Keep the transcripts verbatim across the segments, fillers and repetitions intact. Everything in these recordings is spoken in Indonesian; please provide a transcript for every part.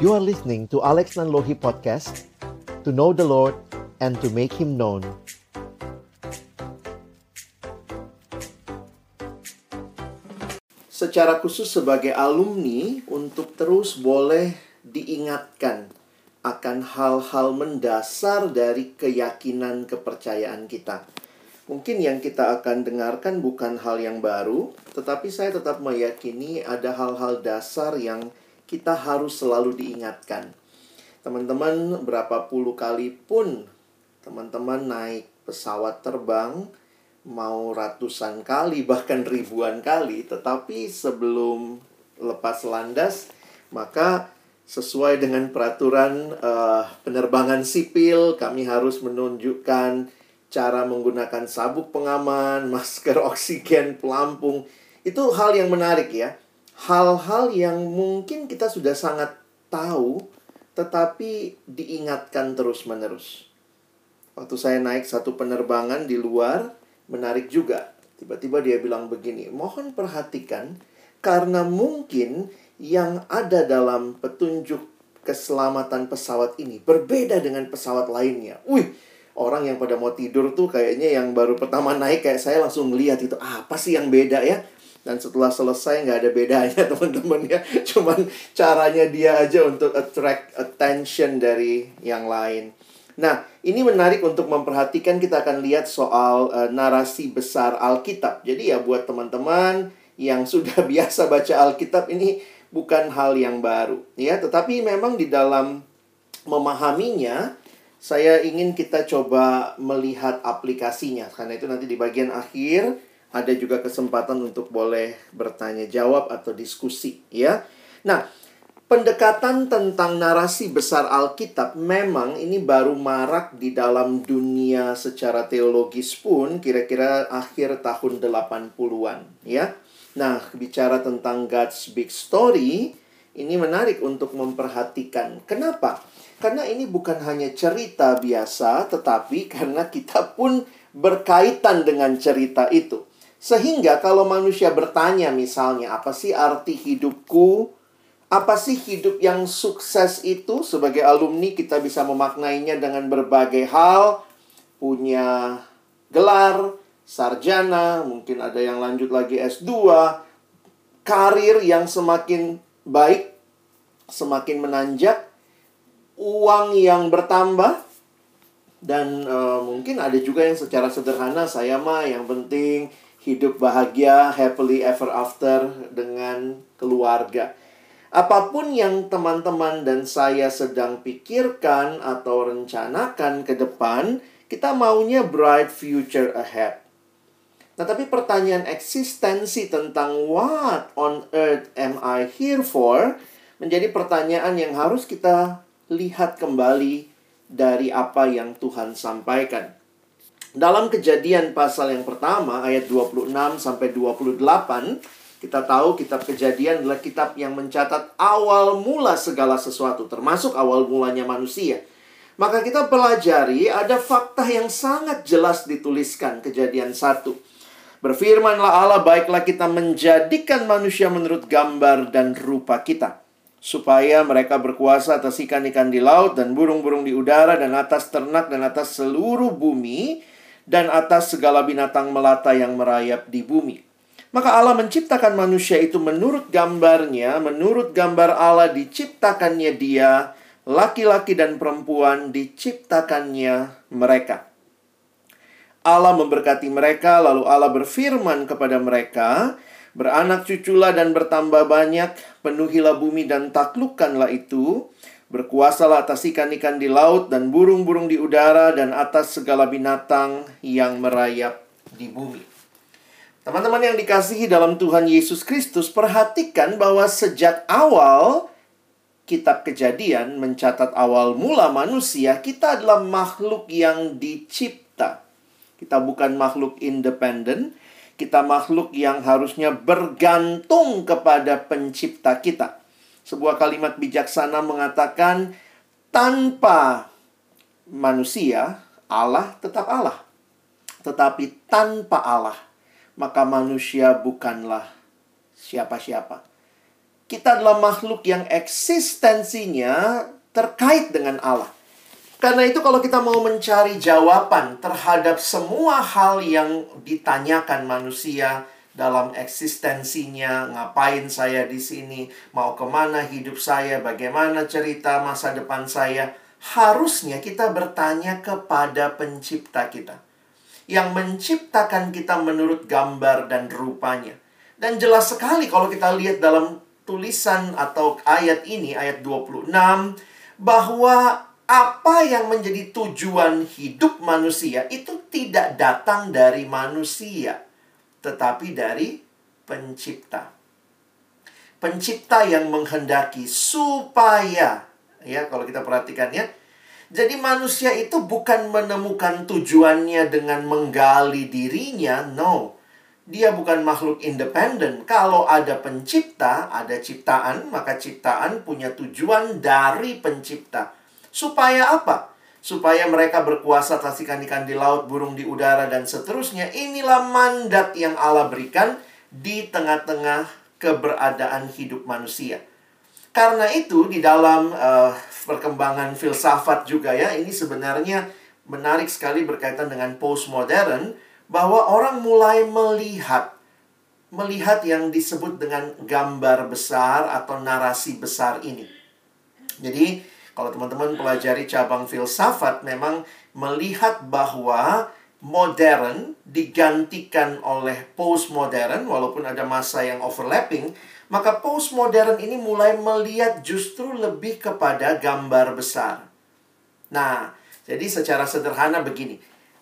You are listening to Alex Nanlohi Podcast, to know the Lord and to make Him known. Secara khusus sebagai alumni, untuk terus boleh diingatkan akan hal-hal mendasar dari keyakinan kepercayaan kita. Mungkin yang kita akan dengarkan bukan hal yang baru, tetapi saya tetap meyakini ada hal-hal dasar yang kita harus selalu diingatkan. Teman-teman, berapa puluh kali pun teman-teman naik pesawat terbang, mau ratusan kali, bahkan ribuan kali, tetapi sebelum lepas landas, maka sesuai dengan peraturan uh, penerbangan sipil, kami harus menunjukkan cara menggunakan sabuk pengaman, masker oksigen, pelampung. Itu hal yang menarik ya. Hal-hal yang mungkin kita sudah sangat tahu, tetapi diingatkan terus-menerus. Waktu saya naik satu penerbangan di luar, menarik juga. Tiba-tiba dia bilang begini, mohon perhatikan, karena mungkin yang ada dalam petunjuk keselamatan pesawat ini berbeda dengan pesawat lainnya. Wih! Orang yang pada mau tidur tuh kayaknya yang baru pertama naik kayak saya langsung melihat itu. Apa sih yang beda ya? Dan setelah selesai nggak ada bedanya teman-teman ya. Cuman caranya dia aja untuk attract attention dari yang lain. Nah, ini menarik untuk memperhatikan. Kita akan lihat soal uh, narasi besar Alkitab. Jadi ya buat teman-teman yang sudah biasa baca Alkitab, ini bukan hal yang baru ya. Tetapi memang di dalam memahaminya, saya ingin kita coba melihat aplikasinya. Karena itu nanti di bagian akhir ada juga kesempatan untuk boleh bertanya jawab atau diskusi ya. Nah, pendekatan tentang narasi besar Alkitab memang ini baru marak di dalam dunia secara teologis pun kira-kira akhir tahun delapan puluhan ya. Nah, bicara tentang God's Big Story, ini menarik untuk memperhatikan. Kenapa? Karena ini bukan hanya cerita biasa, tetapi karena kita pun berkaitan dengan cerita itu. Sehingga kalau manusia bertanya misalnya, apa sih arti hidupku? Apa sih hidup yang sukses itu? Sebagai alumni kita bisa memaknainya dengan berbagai hal. Punya gelar, sarjana, mungkin ada yang lanjut lagi S dua. Karir yang semakin baik, semakin menanjak. Uang yang bertambah. Dan uh, mungkin ada juga yang secara sederhana, saya mah yang penting hidup bahagia, happily ever after dengan keluarga. Apapun yang teman-teman dan saya sedang pikirkan atau rencanakan ke depan, kita maunya bright future ahead. Nah, tapi pertanyaan eksistensi tentang what on earth am I here for menjadi pertanyaan yang harus kita lihat kembali dari apa yang Tuhan sampaikan. Dalam Kejadian pasal yang pertama, ayat dua puluh enam sampai dua puluh delapan, kita tahu kitab Kejadian adalah kitab yang mencatat awal mula segala sesuatu, termasuk awal mulanya manusia. Maka kita pelajari ada fakta yang sangat jelas dituliskan. Kejadian satu. Berfirmanlah Allah, baiklah kita menjadikan manusia menurut gambar dan rupa kita, supaya mereka berkuasa atas ikan-ikan di laut dan burung-burung di udara dan atas ternak dan atas seluruh bumi dan atas segala binatang melata yang merayap di bumi. Maka Allah menciptakan manusia itu menurut gambarnya, menurut gambar Allah diciptakannya dia, laki-laki dan perempuan diciptakannya mereka. Allah memberkati mereka, lalu Allah berfirman kepada mereka, beranak cuculah dan bertambah banyak, penuhilah bumi dan taklukkanlah itu, berkuasalah atas ikan-ikan di laut dan burung-burung di udara dan atas segala binatang yang merayap di bumi. Teman-teman yang dikasihi dalam Tuhan Yesus Kristus, perhatikan bahwa sejak awal kitab Kejadian mencatat awal mula manusia, kita adalah makhluk yang dicipta. Kita bukan makhluk independen. Kita makhluk yang harusnya bergantung kepada pencipta kita. Sebuah kalimat bijaksana mengatakan, tanpa manusia, Allah tetap Allah. Tetapi tanpa Allah, maka manusia bukanlah siapa-siapa. Kita adalah makhluk yang eksistensinya terkait dengan Allah. Karena itu kalau kita mau mencari jawaban terhadap semua hal yang ditanyakan manusia dalam eksistensinya, ngapain saya di sini, mau kemana hidup saya, bagaimana cerita masa depan saya, harusnya kita bertanya kepada pencipta kita, yang menciptakan kita menurut gambar dan rupanya. Dan jelas sekali kalau kita lihat dalam tulisan atau ayat ini, ayat dua puluh enam, bahwa apa yang menjadi tujuan hidup manusia itu tidak datang dari manusia, tetapi dari pencipta. Pencipta yang menghendaki supaya, ya kalau kita perhatikan ya, jadi manusia itu bukan menemukan tujuannya dengan menggali dirinya, no. Dia bukan makhluk independen. Kalau ada pencipta, ada ciptaan, maka ciptaan punya tujuan dari pencipta. Supaya apa? Supaya mereka berkuasa atas ikan-ikan di laut, burung di udara, dan seterusnya. Inilah mandat yang Allah berikan di tengah-tengah keberadaan hidup manusia. Karena itu, di dalam uh, perkembangan filsafat juga ya, ini sebenarnya menarik sekali berkaitan dengan postmodern, bahwa orang mulai melihat, melihat yang disebut dengan gambar besar atau narasi besar ini. Jadi, kalau teman-teman pelajari cabang filsafat, memang melihat bahwa modern digantikan oleh postmodern, walaupun ada masa yang overlapping, maka postmodern ini mulai melihat justru lebih kepada gambar besar. Nah, jadi secara sederhana begini.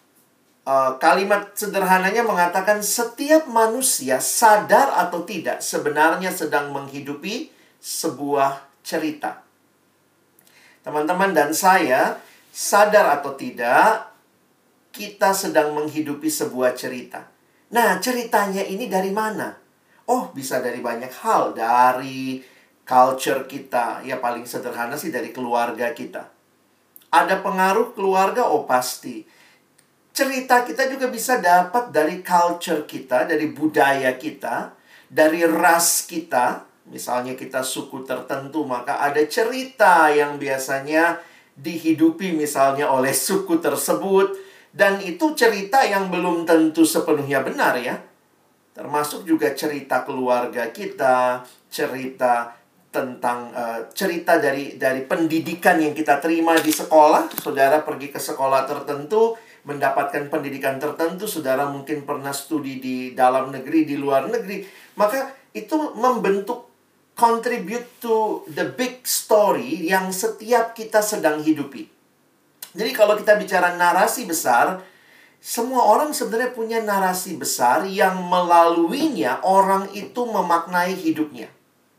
Uh, kalimat sederhananya mengatakan setiap manusia sadar atau tidak sebenarnya sedang menghidupi sebuah cerita. Teman-teman dan saya, sadar atau tidak, kita sedang menghidupi sebuah cerita. Nah, ceritanya ini dari mana? Oh, bisa dari banyak hal. Dari culture kita. Ya, paling sederhana sih dari keluarga kita. Ada pengaruh keluarga? Oh, pasti. Cerita kita juga bisa dapat dari culture kita, dari budaya kita, dari ras kita. Misalnya kita suku tertentu, maka ada cerita yang biasanya dihidupi misalnya oleh suku tersebut. Dan itu cerita yang belum tentu sepenuhnya benar ya. Termasuk juga cerita keluarga kita, cerita tentang uh, cerita dari dari pendidikan yang kita terima di sekolah. Saudara pergi ke sekolah tertentu, mendapatkan pendidikan tertentu. Saudara mungkin pernah studi di dalam negeri, di luar negeri. Maka itu membentuk, contribute to the big story yang setiap kita sedang hidupi. Jadi kalau kita bicara narasi besar, semua orang sebenarnya punya narasi besar yang melaluinya orang itu memaknai hidupnya.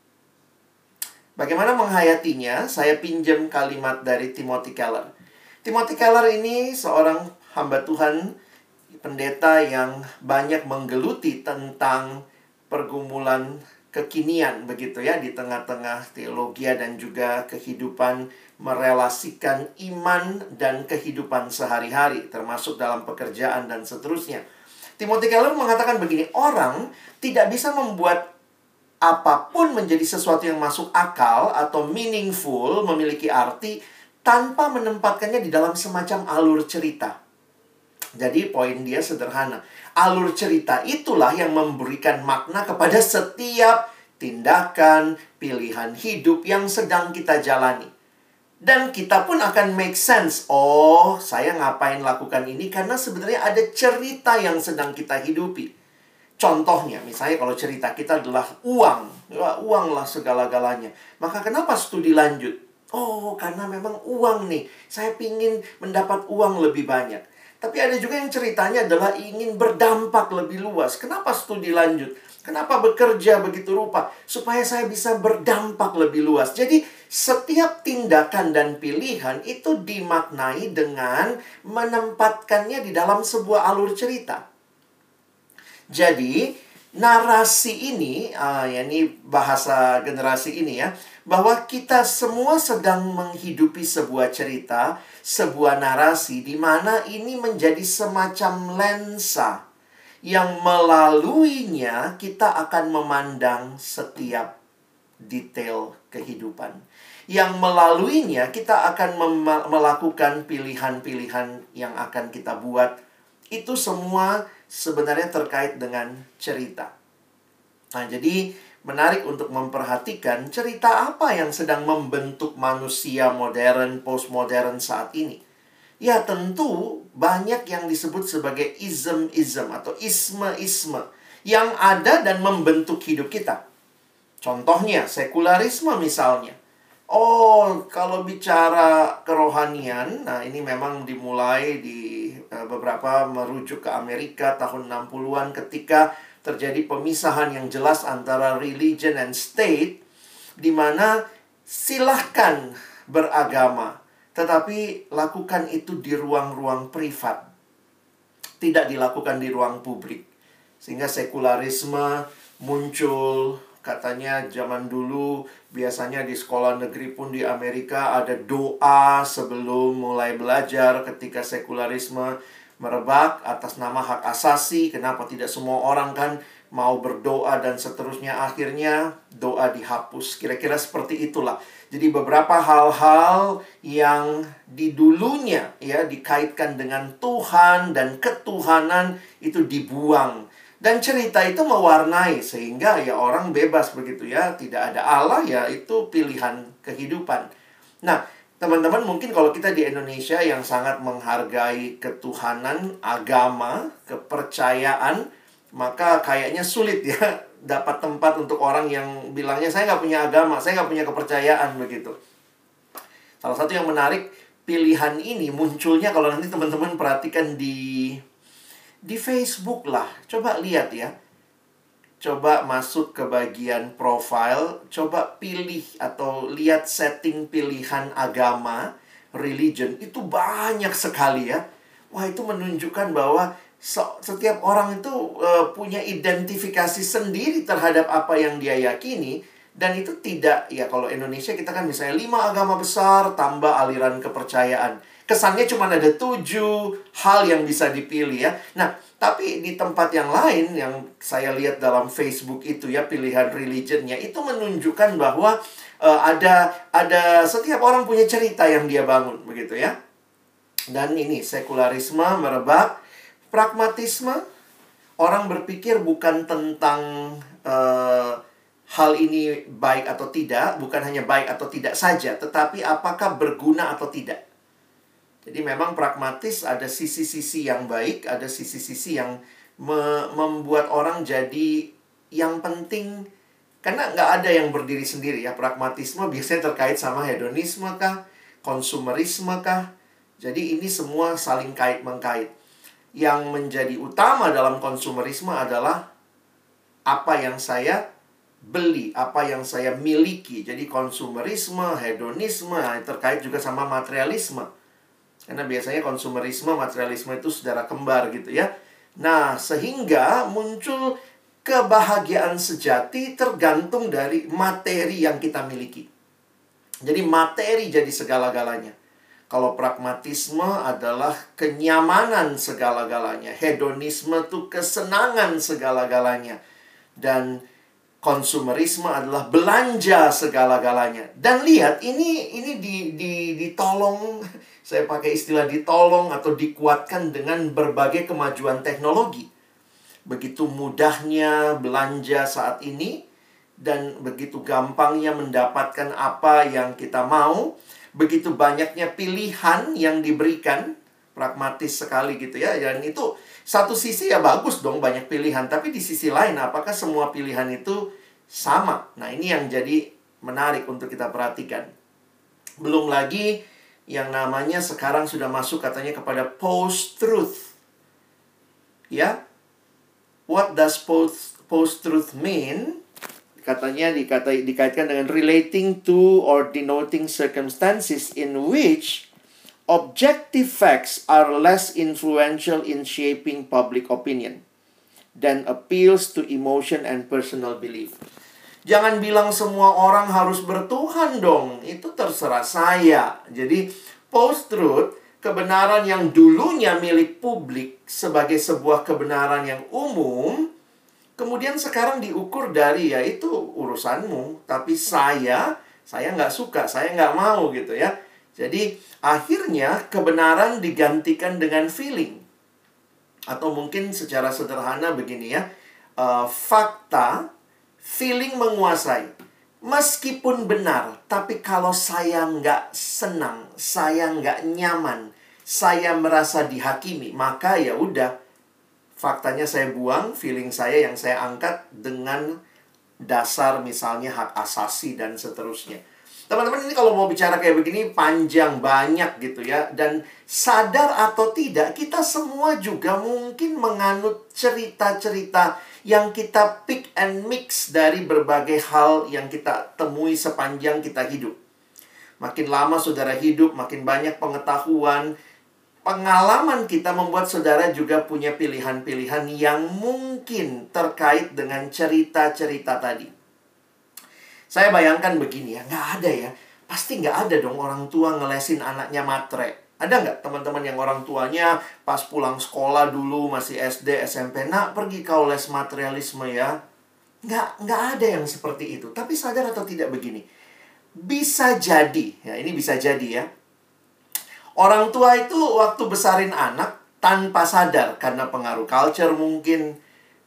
Bagaimana menghayatinya? Saya pinjam kalimat dari Timothy Keller. Timothy Keller ini seorang hamba Tuhan, pendeta yang banyak menggeluti tentang pergumulan kekinian begitu ya, di tengah-tengah teologi dan juga kehidupan merelasikan iman dan kehidupan sehari-hari, termasuk dalam pekerjaan dan seterusnya. Timothy Keller mengatakan begini, orang tidak bisa membuat apapun menjadi sesuatu yang masuk akal atau meaningful, memiliki arti, tanpa menempatkannya di dalam semacam alur cerita. Jadi poin dia sederhana. Alur cerita itulah yang memberikan makna kepada setiap tindakan, pilihan hidup yang sedang kita jalani. Dan kita pun akan make sense. Oh, saya ngapain lakukan ini? Karena sebenarnya ada cerita yang sedang kita hidupi. Contohnya, misalnya kalau cerita kita adalah uang. Ya, uang lah segala-galanya. Maka kenapa studi lanjut? Oh, karena memang uang nih. Saya pingin mendapat uang lebih banyak. Tapi ada juga yang ceritanya adalah ingin berdampak lebih luas. Kenapa studi lanjut? Kenapa bekerja begitu rupa? Supaya saya bisa berdampak lebih luas. Jadi setiap tindakan dan pilihan itu dimaknai dengan menempatkannya di dalam sebuah alur cerita. Jadi narasi ini, ah, ya ini bahasa generasi ini ya, bahwa kita semua sedang menghidupi sebuah cerita, sebuah narasi di mana ini menjadi semacam lensa yang melaluinya kita akan memandang setiap detail kehidupan. Yang melaluinya kita akan mem- melakukan pilihan-pilihan yang akan kita buat. Itu semua sebenarnya terkait dengan cerita. Nah, jadi menarik untuk memperhatikan cerita apa yang sedang membentuk manusia modern, postmodern saat ini. Ya, tentu banyak yang disebut sebagai ism-ism atau isme-isme yang ada dan membentuk hidup kita. Contohnya, sekularisme misalnya. Oh, kalau bicara kerohanian, nah ini memang dimulai di uh, beberapa merujuk ke Amerika tahun enam puluhan ketika terjadi pemisahan yang jelas antara religion and state, di mana silahkan beragama, tetapi lakukan itu di ruang-ruang privat. Tidak dilakukan di ruang publik. Sehingga sekularisme muncul. Katanya zaman dulu biasanya di sekolah negeri pun di Amerika ada doa sebelum mulai belajar ketika sekularisme merebak atas nama hak asasi. Kenapa tidak semua orang kan mau berdoa dan seterusnya, akhirnya doa dihapus. Kira-kira seperti itulah. Jadi beberapa hal-hal yang di dulunya ya dikaitkan dengan Tuhan dan ketuhanan itu dibuang. Dan cerita itu mewarnai sehingga ya orang bebas begitu ya. Tidak ada Allah, ya itu pilihan kehidupan. Nah, teman-teman mungkin kalau kita di Indonesia yang sangat menghargai ketuhanan, agama, kepercayaan, maka kayaknya sulit ya dapat tempat untuk orang yang bilangnya saya nggak punya agama, saya nggak punya kepercayaan begitu. Salah satu yang menarik, pilihan ini munculnya kalau nanti teman-teman perhatikan di... Di Facebook lah, coba lihat ya. Coba masuk ke bagian profile, coba pilih atau lihat setting pilihan agama, religion. Itu banyak sekali ya. Wah, itu menunjukkan bahwa setiap orang itu uh, punya identifikasi sendiri terhadap apa yang dia yakini. Dan itu tidak, ya kalau Indonesia kita kan misalnya lima agama besar tambah aliran kepercayaan. Kesannya cuma ada tujuh hal yang bisa dipilih ya. Nah, tapi di tempat yang lain yang saya lihat dalam Facebook itu ya, pilihan religionnya itu menunjukkan bahwa uh, ada ada setiap orang punya cerita yang dia bangun begitu ya. Dan ini sekularisme merebak, pragmatisme, orang berpikir bukan tentang uh, hal ini baik atau tidak, bukan hanya baik atau tidak saja, tetapi apakah berguna atau tidak. Jadi memang pragmatis, ada sisi-sisi yang baik, ada sisi-sisi yang me membuat orang jadi yang penting. Karena nggak ada yang berdiri sendiri ya. Pragmatisme biasanya terkait sama hedonisme kah, konsumerisme kah. Jadi ini semua saling kait-mengkait. Yang menjadi utama dalam konsumerisme adalah apa yang saya beli, apa yang saya miliki. Jadi konsumerisme, hedonisme, terkait juga sama materialisme. Karena biasanya konsumerisme, materialisme itu saudara kembar gitu ya. Nah, sehingga muncul kebahagiaan sejati tergantung dari materi yang kita miliki. Jadi materi jadi segala-galanya. Kalau pragmatisme adalah kenyamanan segala-galanya. Hedonisme itu kesenangan segala-galanya. Dan konsumerisme adalah belanja segala-galanya. Dan lihat, ini ini di, di, ditolong, saya pakai istilah ditolong atau dikuatkan dengan berbagai kemajuan teknologi. Begitu mudahnya belanja saat ini, dan begitu gampangnya mendapatkan apa yang kita mau, begitu banyaknya pilihan yang diberikan, pragmatis sekali gitu ya. Dan itu satu sisi ya bagus dong banyak pilihan, tapi di sisi lain apakah semua pilihan itu sama? Nah, ini yang jadi menarik untuk kita perhatikan. Belum lagi yang namanya sekarang sudah masuk katanya kepada post-truth. Ya. What does post post-truth mean? Katanya dikata, dikaitkan dengan relating to or denoting circumstances in which objective facts are less influential in shaping public opinion than appeals to emotion and personal belief. Jangan bilang semua orang harus bertuhan dong. Itu terserah saya. Jadi post-truth, kebenaran yang dulunya milik publik sebagai sebuah kebenaran yang umum, Kemudian sekarang diukur dari, ya itu urusanmu. Tapi saya, saya nggak suka, saya nggak mau gitu ya. Jadi akhirnya kebenaran digantikan dengan feeling. Atau mungkin secara sederhana begini ya. Uh, fakta, feeling menguasai. Meskipun benar, tapi kalau saya nggak senang, saya nggak nyaman, saya merasa dihakimi, maka ya udah, faktanya saya buang, feeling saya yang saya angkat dengan dasar misalnya hak asasi dan seterusnya. Teman-teman, ini kalau mau bicara kayak begini panjang banyak gitu ya. Dan sadar atau tidak, kita semua juga mungkin menganut cerita-cerita yang kita pick and mix dari berbagai hal yang kita temui sepanjang kita hidup. Makin lama saudara hidup, makin banyak pengetahuan, pengalaman kita membuat saudara juga punya pilihan-pilihan yang mungkin terkait dengan cerita-cerita tadi. Saya bayangkan begini ya, nggak ada ya. Pasti nggak ada dong orang tua ngelesin anaknya matre. Ada nggak teman-teman yang orang tuanya pas pulang sekolah dulu masih S D, S M P, nak pergi kau les materialisme ya? Nggak, nggak ada yang seperti itu. Tapi sadar atau tidak begini, bisa jadi, ya ini bisa jadi ya. Orang tua itu waktu besarin anak tanpa sadar karena pengaruh culture mungkin.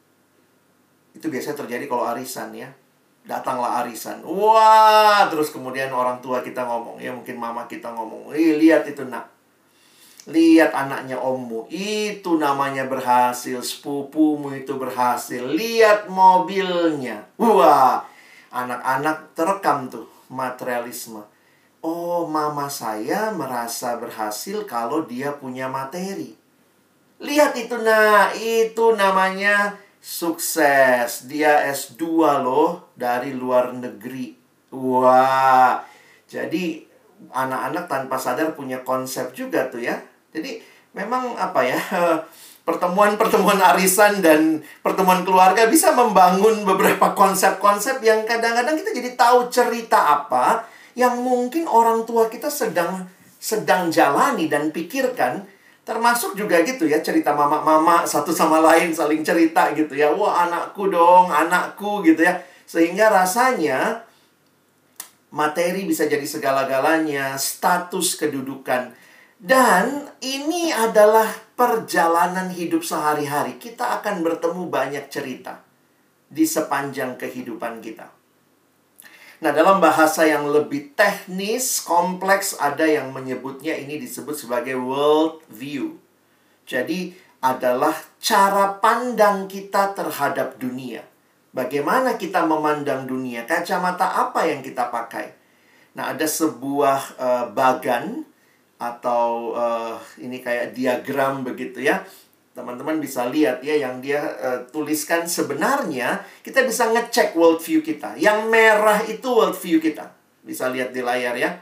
Itu biasanya terjadi kalau arisan ya. Datanglah arisan. Wah, terus kemudian orang tua kita ngomong. Ya mungkin mama kita ngomong. Ih, lihat itu nak. Lihat anaknya ommu. Itu namanya berhasil. Sepupumu itu berhasil. Lihat mobilnya. Wah, anak-anak terekam tuh materialisme. Oh, mama saya merasa berhasil kalau dia punya materi. Lihat itu nak. Itu namanya sukses. Dia S dua loh dari luar negeri. Wah. Jadi anak-anak tanpa sadar punya konsep juga tuh ya. Jadi memang apa ya, pertemuan-pertemuan arisan dan pertemuan keluarga bisa membangun beberapa konsep-konsep yang kadang-kadang kita jadi tahu cerita apa yang mungkin orang tua kita sedang sedang jalani dan pikirkan. Termasuk juga gitu ya, cerita mama-mama satu sama lain saling cerita gitu ya. Wah, anakku dong, anakku gitu ya. Sehingga rasanya materi bisa jadi segala-galanya, status kedudukan. Dan ini adalah perjalanan hidup sehari-hari. Kita akan bertemu banyak cerita di sepanjang kehidupan kita. Nah, dalam bahasa yang lebih teknis, kompleks, ada yang menyebutnya ini disebut sebagai world view. Jadi, adalah cara pandang kita terhadap dunia. Bagaimana kita memandang dunia? Kacamata apa yang kita pakai? Nah, ada sebuah uh, bagan atau uh, ini kayak diagram begitu ya. Teman-teman bisa lihat ya, yang dia uh, tuliskan sebenarnya kita bisa ngecek worldview kita. Yang merah itu worldview kita. Bisa lihat di layar ya.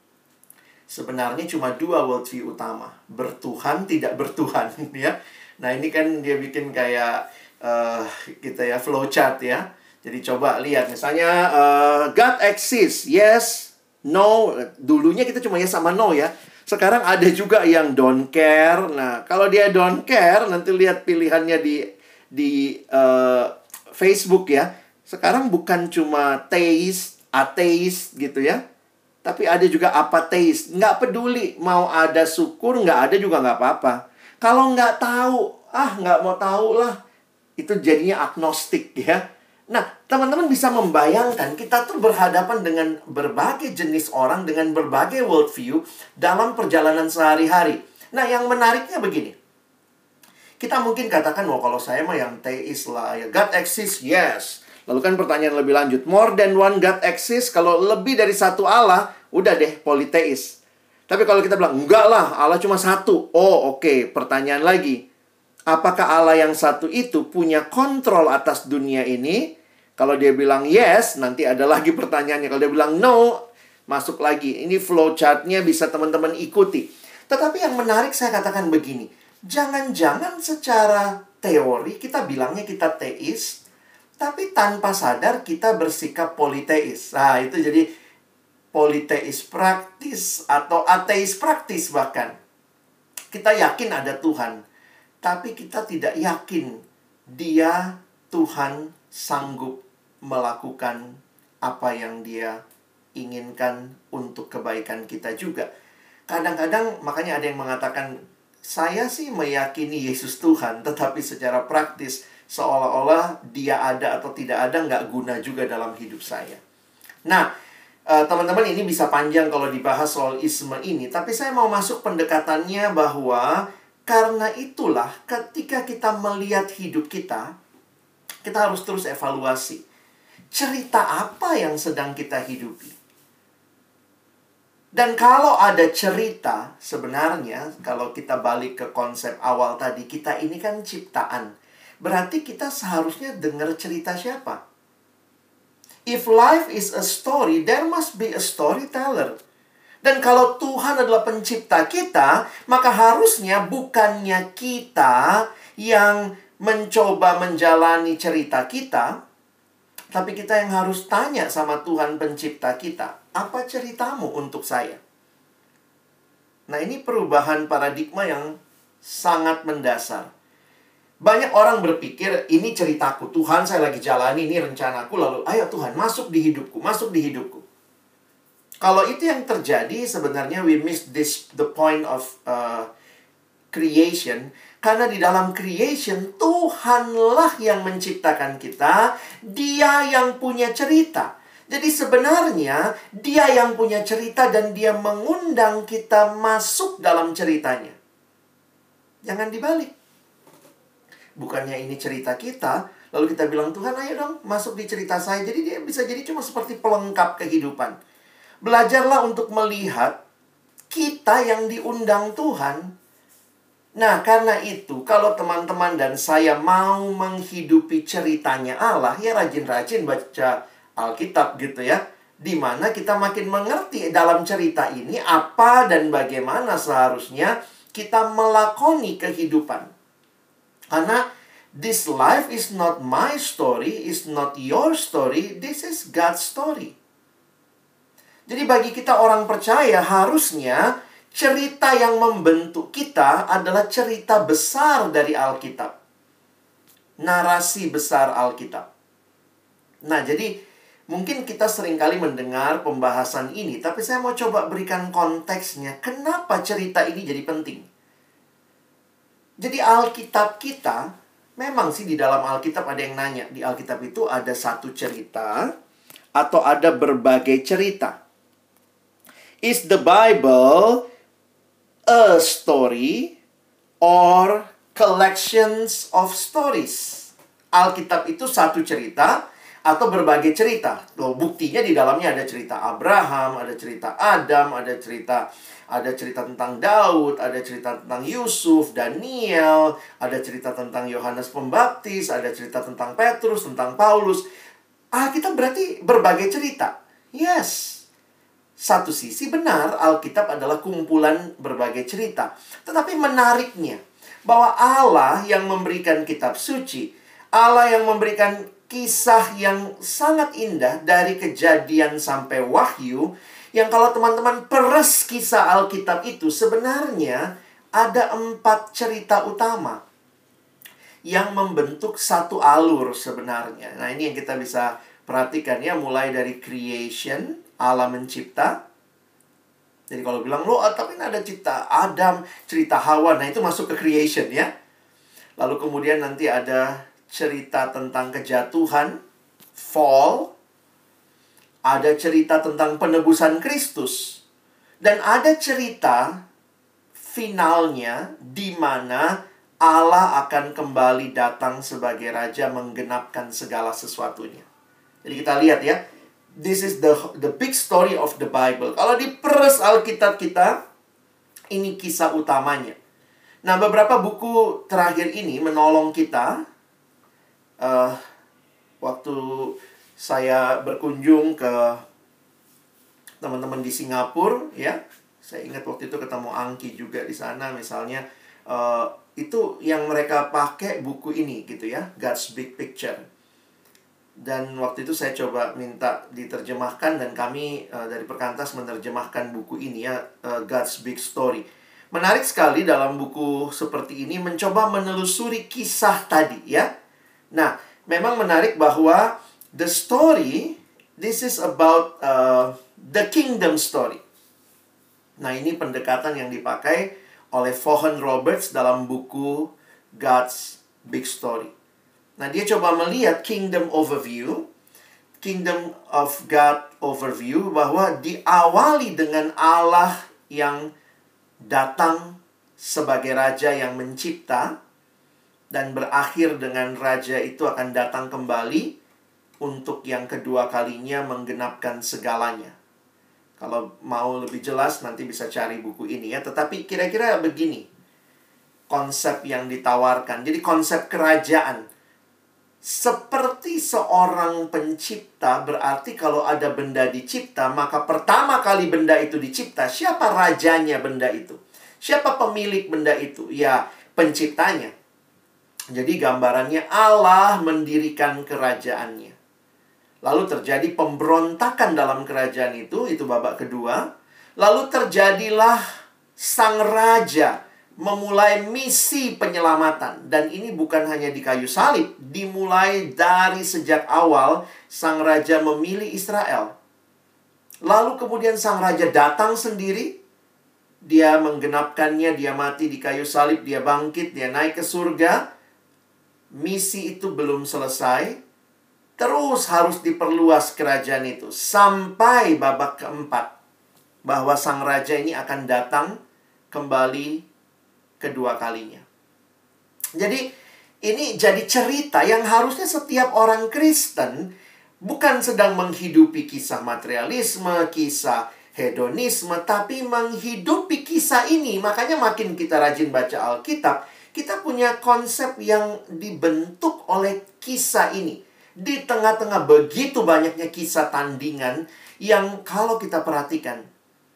Sebenarnya cuma dua worldview utama. Bertuhan, tidak bertuhan ya. Nah ini kan dia bikin kayak uh, kita ya flowchart ya. Jadi coba lihat misalnya uh, God exists, yes, no. Dulunya kita cuma yes sama no ya. Sekarang ada juga yang don't care. Nah, kalau dia don't care, nanti lihat pilihannya di di uh, Facebook ya. Sekarang bukan cuma theist, ateis gitu ya. Tapi ada juga apateis. Nggak peduli. Mau ada syukur, nggak ada juga nggak apa-apa. Kalau nggak tahu, ah nggak mau tahu lah. Itu jadinya agnostik ya. Nah, teman-teman bisa membayangkan kita tuh berhadapan dengan berbagai jenis orang dengan berbagai worldview dalam perjalanan sehari-hari. Nah, yang menariknya begini. Kita mungkin katakan, wah kalau saya mah yang teis lah. Ya, God exists, yes. Lalu kan pertanyaan lebih lanjut. More than one God exists, kalau lebih dari satu Allah, udah deh politeis. Tapi kalau kita bilang, enggak lah, Allah cuma satu. Oh, oke. Okay. Pertanyaan lagi. Apakah Allah yang satu itu punya kontrol atas dunia ini? Kalau dia bilang yes, nanti ada lagi pertanyaannya. Kalau dia bilang no, masuk lagi. Ini flowchartnya bisa teman-teman ikuti. Tetapi yang menarik saya katakan begini. Jangan-jangan secara teori kita bilangnya kita teis, tapi tanpa sadar kita bersikap politeis. Nah, itu jadi politeis praktis atau ateis praktis bahkan. Kita yakin ada Tuhan, tapi kita tidak yakin Dia Tuhan sanggup melakukan apa yang Dia inginkan untuk kebaikan kita juga. Kadang-kadang makanya ada yang mengatakan, saya sih meyakini Yesus Tuhan, tetapi secara praktis seolah-olah Dia ada atau tidak ada nggak guna juga dalam hidup saya. Nah, uh, teman-teman, ini bisa panjang kalau dibahas soal isme ini, tapi saya mau masuk pendekatannya bahwa karena itulah ketika kita melihat hidup kita, kita harus terus evaluasi. Cerita apa yang sedang kita hidupi? Dan kalau ada cerita, sebenarnya kalau kita balik ke konsep awal tadi, kita ini kan ciptaan. Berarti kita seharusnya dengar cerita siapa? If life is a story, there must be a storyteller. Dan kalau Tuhan adalah pencipta kita, maka harusnya bukannya kita yang mencoba menjalani cerita kita, tapi kita yang harus tanya sama Tuhan pencipta kita, apa ceritamu untuk saya? Nah, ini perubahan paradigma yang sangat mendasar. Banyak orang berpikir, ini ceritaku, Tuhan saya lagi jalani, ini rencanaku, lalu ayo Tuhan masuk di hidupku, masuk di hidupku. Kalau itu yang terjadi, sebenarnya we miss this the point of uh, creation. Karena di dalam creation, Tuhanlah yang menciptakan kita. Dia yang punya cerita. Jadi sebenarnya, Dia yang punya cerita dan Dia mengundang kita masuk dalam ceritanya. Jangan dibalik. Bukannya ini cerita kita, lalu kita bilang, Tuhan ayo dong masuk di cerita saya. Jadi dia bisa jadi cuma seperti pelengkap kehidupan. Belajarlah untuk melihat kita yang diundang Tuhan. Nah, karena itu, kalau teman-teman dan saya mau menghidupi ceritanya Allah, ya rajin-rajin baca Alkitab gitu ya. Dimana kita makin mengerti dalam cerita ini apa dan bagaimana seharusnya kita melakoni kehidupan. Karena this life is not my story, is not your story, this is God's story. Jadi bagi kita orang percaya harusnya cerita yang membentuk kita adalah cerita besar dari Alkitab. Narasi besar Alkitab. Nah, jadi mungkin kita seringkali mendengar pembahasan ini, tapi saya mau coba berikan konteksnya. Kenapa cerita ini jadi penting? Jadi Alkitab kita, memang sih di dalam Alkitab ada yang nanya. Di Alkitab itu ada satu cerita atau ada berbagai cerita. Is the Bible a story or collections of stories? Alkitab itu satu cerita atau berbagai cerita. Loh, buktinya di dalamnya ada cerita Abraham, ada cerita Adam, ada cerita ada cerita tentang Daud, ada cerita tentang Yusuf, Daniel, ada cerita tentang Yohanes Pembaptis, ada cerita tentang Petrus, tentang Paulus. Alkitab berarti berbagai cerita. Yes. Satu sisi benar, Alkitab adalah kumpulan berbagai cerita. Tetapi menariknya, bahwa Allah yang memberikan kitab suci, Allah yang memberikan kisah yang sangat indah dari Kejadian sampai Wahyu, yang kalau teman-teman peres kisah Alkitab itu, sebenarnya ada empat cerita utama yang membentuk satu alur sebenarnya. Nah, ini yang kita bisa perhatikan ya, mulai dari creation, Allah mencipta. Jadi kalau bilang, loh tapi ada cerita Adam, cerita Hawa, nah itu masuk ke creation ya. Lalu kemudian nanti ada cerita tentang kejatuhan, fall. Ada cerita tentang penebusan Kristus. Dan ada cerita finalnya di mana Allah akan kembali datang sebagai Raja menggenapkan segala sesuatunya. Jadi kita lihat ya. This is the the big story of the Bible. Kalau diperes Alkitab kita, ini kisah utamanya. Nah, beberapa buku terakhir ini menolong kita. Uh, waktu saya berkunjung ke teman-teman di Singapura, ya, saya ingat waktu itu ketemu Angki juga di sana, misalnya. Uh, itu yang mereka pakai buku ini, gitu ya, God's Big Picture. Dan waktu itu saya coba minta diterjemahkan, dan kami uh, dari Perkantas menerjemahkan buku ini ya, uh, God's Big Story. Menarik sekali dalam buku seperti ini mencoba menelusuri kisah tadi ya. Nah, Memang menarik bahwa the story, this is about uh, the kingdom story. Nah, ini pendekatan yang dipakai oleh Vaughan Roberts dalam buku God's Big Story. Nah, dia coba melihat kingdom overview, kingdom of God overview, bahwa diawali dengan Allah yang datang sebagai raja yang mencipta, dan berakhir dengan raja itu akan datang kembali untuk yang kedua kalinya menggenapkan segalanya. Kalau mau lebih jelas nanti bisa cari buku ini ya. Tetapi kira-kira begini konsep yang ditawarkan. Jadi konsep kerajaan. Seperti seorang pencipta, berarti kalau ada benda dicipta, maka pertama kali benda itu dicipta, siapa rajanya benda itu? Siapa pemilik benda itu? Ya, penciptanya. Jadi gambarannya Allah mendirikan kerajaannya. Lalu terjadi pemberontakan dalam kerajaan itu, itu babak kedua. Lalu terjadilah sang raja memulai misi penyelamatan. Dan ini bukan hanya di kayu salib, dimulai dari sejak awal sang raja memilih Israel. Lalu kemudian sang raja datang sendiri, dia menggenapkannya, dia mati di kayu salib, dia bangkit, dia naik ke surga. Misi itu belum selesai. Terus harus diperluas kerajaan itu sampai babak keempat, bahwa sang raja ini akan datang kembali kedua kalinya. Jadi ini jadi cerita yang harusnya setiap orang Kristen bukan sedang menghidupi kisah materialisme, kisah hedonisme, tapi menghidupi kisah ini. Makanya makin kita rajin baca Alkitab, kita punya konsep yang dibentuk oleh kisah ini. Di tengah-tengah begitu banyaknya kisah tandingan yang kalau kita perhatikan,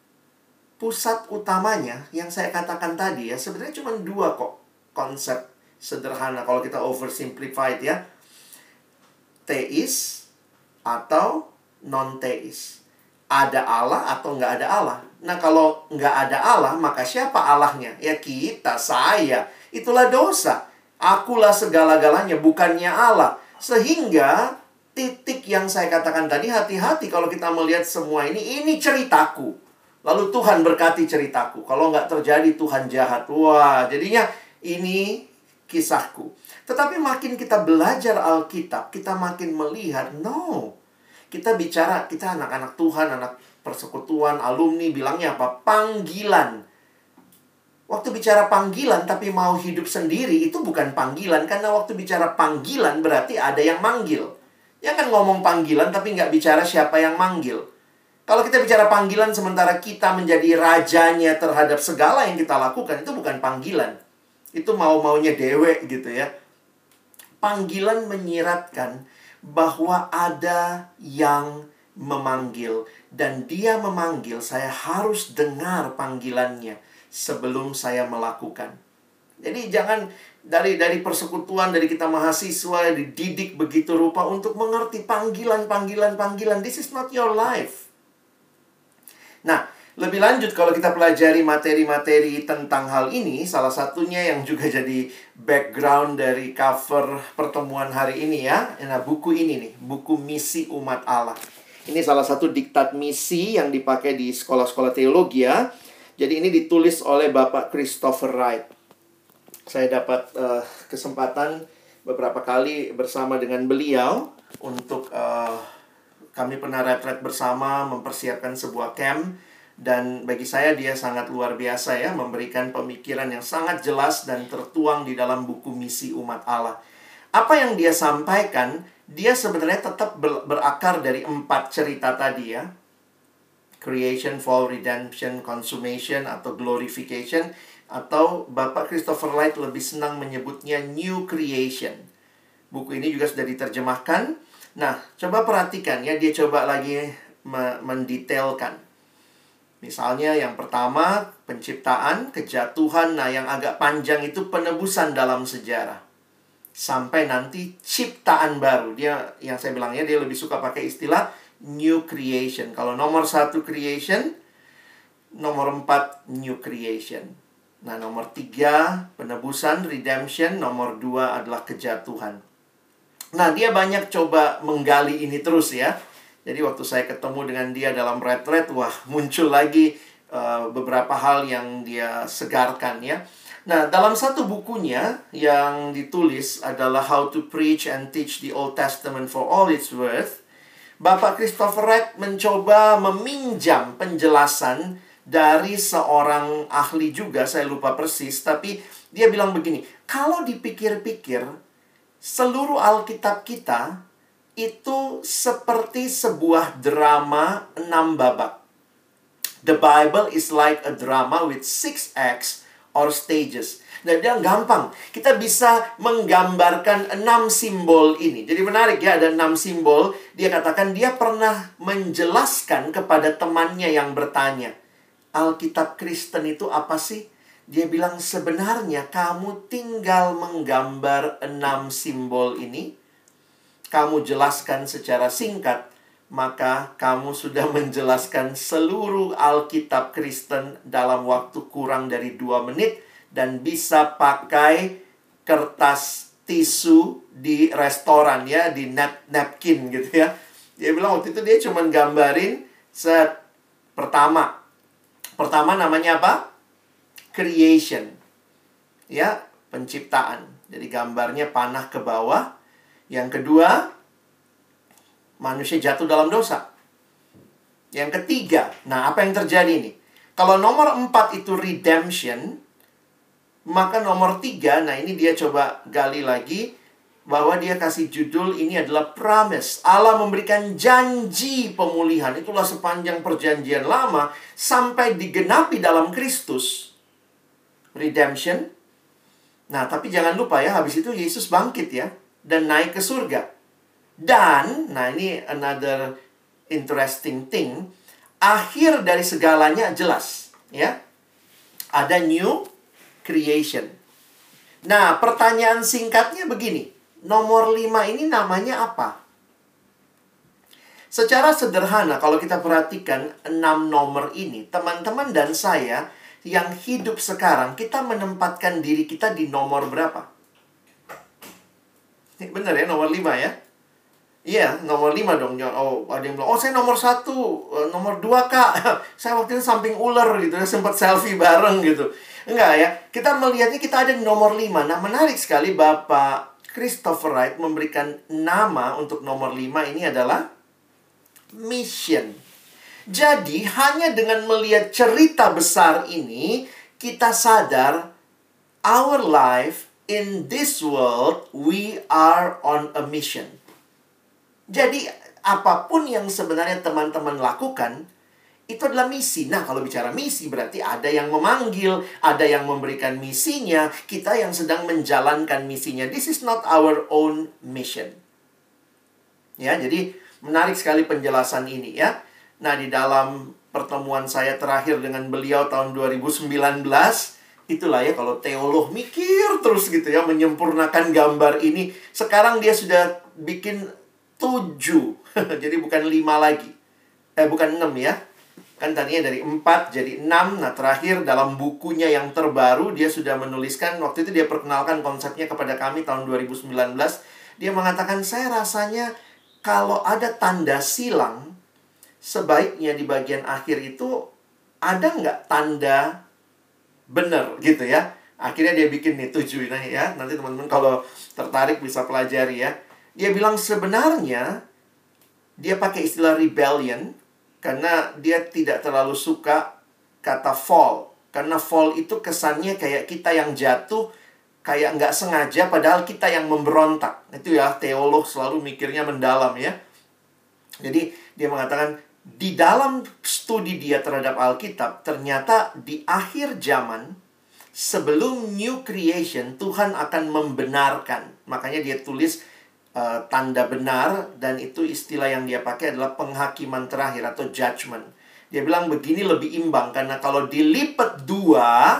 pusat utamanya yang saya katakan tadi ya, sebenarnya cuma dua kok konsep sederhana kalau kita oversimplified ya. Teis atau non-teis. Ada Allah atau nggak ada Allah. Nah, kalau nggak ada Allah, maka siapa Allahnya? Ya kita, saya. Itulah dosa. Akulah segala-galanya, bukannya Allah. Sehingga titik yang saya katakan tadi, hati-hati kalau kita melihat semua ini, ini ceritaku. Lalu Tuhan berkati ceritaku. Kalau nggak terjadi, Tuhan jahat. Wah, jadinya ini kisahku. Tetapi makin kita belajar Alkitab, kita makin melihat, no. Kita bicara, kita anak-anak Tuhan, anak persekutuan, alumni, bilangnya apa? Panggilan. Waktu bicara panggilan tapi mau hidup sendiri, itu bukan panggilan. Karena waktu bicara panggilan berarti ada yang manggil. Ya kan ngomong panggilan tapi nggak bicara siapa yang manggil. Kalau kita bicara panggilan sementara kita menjadi rajanya terhadap segala yang kita lakukan, itu bukan panggilan. Itu mau-maunya dewe gitu ya. Panggilan menyiratkan bahwa ada yang memanggil. Dan dia memanggil, saya harus dengar panggilannya sebelum saya melakukan. Jadi jangan dari dari persekutuan, dari kita mahasiswa dididik begitu rupa untuk mengerti panggilan-panggilan-panggilan. This is not your life. Nah, lebih lanjut kalau kita pelajari materi-materi tentang hal ini, salah satunya yang juga jadi background dari cover pertemuan hari ini ya. Nah, buku ini nih, buku Misi Umat Allah. Ini salah satu diktat misi yang dipakai di sekolah-sekolah teologi ya. Jadi ini ditulis oleh Bapak Christopher Wright. Saya dapat uh, kesempatan beberapa kali bersama dengan beliau untuk uh, kami pernah retret bersama mempersiapkan sebuah camp. Dan bagi saya dia sangat luar biasa ya, memberikan pemikiran yang sangat jelas dan tertuang di dalam buku Misi Umat Allah. Apa yang dia sampaikan, dia sebenarnya tetap ber berakar dari empat cerita tadi ya. Creation, Fall, Redemption, Consummation, atau Glorification. Atau Bapak Christopher Wright lebih senang menyebutnya New Creation. Buku ini juga sudah diterjemahkan. Nah, coba perhatikan ya, dia coba lagi me mendetailkan. Misalnya yang pertama, penciptaan, kejatuhan. Nah, yang agak panjang itu penebusan dalam sejarah. Sampai nanti ciptaan baru. Dia, yang saya bilangnya, dia lebih suka pakai istilah New Creation. Kalau nomor satu creation, nomor empat New Creation. Nah, nomor tiga penebusan, redemption. Nomor dua adalah kejatuhan. Nah, dia banyak coba menggali ini terus ya. Jadi waktu saya ketemu dengan dia dalam retret, wah muncul lagi uh, beberapa hal yang dia segarkan ya. Nah, dalam satu bukunya yang ditulis adalah How to Preach and Teach the Old Testament for All Its Worth, Bapak Christopher Wright mencoba meminjam penjelasan dari seorang ahli juga, saya lupa persis, tapi dia bilang begini, kalau dipikir-pikir, seluruh Alkitab kita itu seperti sebuah drama enam babak. The Bible is like a drama with six acts or stages. Nah, dia gampang. Kita bisa menggambarkan enam simbol ini. Jadi menarik ya, ada enam simbol. Dia katakan dia pernah menjelaskan kepada temannya yang bertanya, Alkitab Kristen itu apa sih? Dia bilang sebenarnya kamu tinggal menggambar enam simbol ini. Kamu jelaskan secara singkat, maka kamu sudah menjelaskan seluruh Alkitab Kristen dalam waktu kurang dari dua menit dan bisa pakai kertas tisu di restoran ya, di nap napkin gitu ya. Dia bilang waktu itu dia cuma gambarin set pertama. Pertama namanya apa? Creation. Ya, penciptaan. Jadi gambarnya panah ke bawah. Yang kedua, manusia jatuh dalam dosa. Yang ketiga, nah apa yang terjadi nih? Kalau nomor empat itu redemption, maka nomor tiga, nah ini dia coba gali lagi, bahwa dia kasih judul ini adalah promise. Allah memberikan janji pemulihan. Itulah sepanjang perjanjian lama sampai digenapi dalam Kristus. Redemption. Nah, tapi jangan lupa ya, habis itu Yesus bangkit ya. Dan naik ke surga. Dan, nah ini another interesting thing. Akhir dari segalanya jelas. Ya. Ada new creation. Nah, pertanyaan singkatnya begini. Nomor lima ini namanya apa? Secara sederhana, kalau kita perhatikan enam nomor ini, teman-teman dan saya yang hidup sekarang, kita menempatkan diri kita di nomor berapa? Bener ya, nomor lima ya? Iya, nomor lima dong. Oh, ada yang bilang, oh saya nomor satu, nomor dua kak. Saya waktu itu samping ular gitu, sempat selfie bareng gitu. Enggak ya, kita melihatnya kita ada di nomor lima. Nah, menarik sekali Bapak Christopher Wright memberikan nama untuk nomor lima ini adalah mission. Jadi, hanya dengan melihat cerita besar ini, kita sadar, our life in this world, we are on a mission. Jadi, apapun yang sebenarnya teman-teman lakukan, itu adalah misi. Nah, kalau bicara misi, berarti ada yang memanggil, ada yang memberikan misinya, kita yang sedang menjalankan misinya. This is not our own mission. Ya, jadi menarik sekali penjelasan ini ya. Nah, di dalam pertemuan saya terakhir dengan beliau tahun dua ribu sembilan belas, itulah ya kalau teolog mikir terus gitu ya, menyempurnakan gambar ini. Sekarang dia sudah bikin tujuh. Jadi bukan lima lagi. Eh, bukan enam ya. Kan tadinya dari empat jadi enam. Nah, terakhir dalam bukunya yang terbaru, dia sudah menuliskan, waktu itu dia perkenalkan konsepnya kepada kami tahun dua ribu sembilan belas. Dia mengatakan, saya rasanya kalau ada tanda silang, sebaiknya di bagian akhir itu ada nggak tanda benar gitu ya. Akhirnya dia bikin nih tujuh nah ya. Nanti teman-teman kalau tertarik bisa pelajari ya. Dia bilang sebenarnya dia pakai istilah rebellion karena dia tidak terlalu suka kata fall. Karena fall itu kesannya kayak kita yang jatuh, kayak nggak sengaja padahal kita yang memberontak. Itu ya, teolog selalu mikirnya mendalam ya. Jadi dia mengatakan di dalam studi dia terhadap Alkitab, ternyata di akhir zaman, sebelum new creation, Tuhan akan membenarkan. Makanya dia tulis uh, tanda benar, dan itu istilah yang dia pakai adalah penghakiman terakhir atau judgment. Dia bilang begini lebih imbang, karena kalau dilipat dua,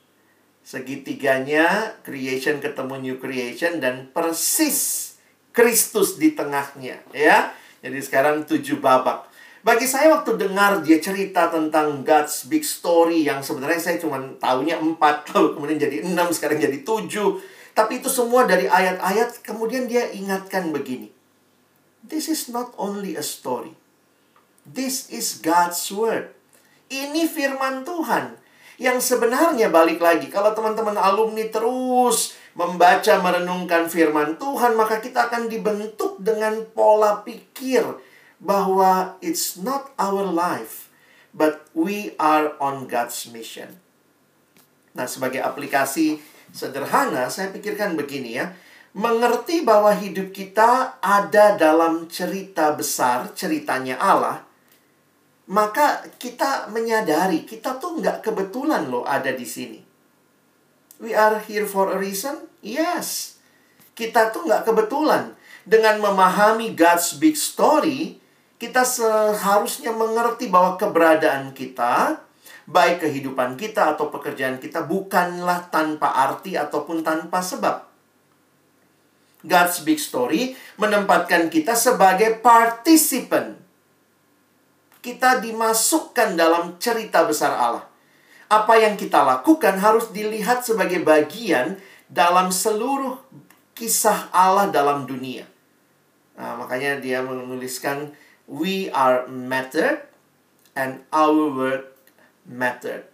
segitiganya creation ketemu new creation, dan persis Kristus di tengahnya. Ya, jadi sekarang tujuh babak. Bagi saya waktu dengar dia cerita tentang God's big story yang sebenarnya saya cuma taunya empat, lalu kemudian jadi enam, sekarang jadi tujuh. Tapi itu semua dari ayat-ayat, kemudian dia ingatkan begini. This is not only a story. This is God's word. Ini firman Tuhan. Yang sebenarnya balik lagi, kalau teman-teman alumni terus membaca, merenungkan firman Tuhan, maka kita akan dibentuk dengan pola pikir bahwa it's not our life, but we are on God's mission. Nah, sebagai aplikasi sederhana, saya pikirkan begini ya. Mengerti bahwa hidup kita ada dalam cerita besar, ceritanya Allah, maka kita menyadari, kita tuh nggak kebetulan loh ada di sini. We are here for a reason? Yes. Kita tuh nggak kebetulan. Dengan memahami God's big story, kita seharusnya mengerti bahwa keberadaan kita, baik kehidupan kita atau pekerjaan kita, bukanlah tanpa arti ataupun tanpa sebab. God's big story menempatkan kita sebagai participant. Kita dimasukkan dalam cerita besar Allah. Apa yang kita lakukan harus dilihat sebagai bagian dalam seluruh kisah Allah dalam dunia. Nah, makanya dia menuliskan, we are mattered and our work mattered.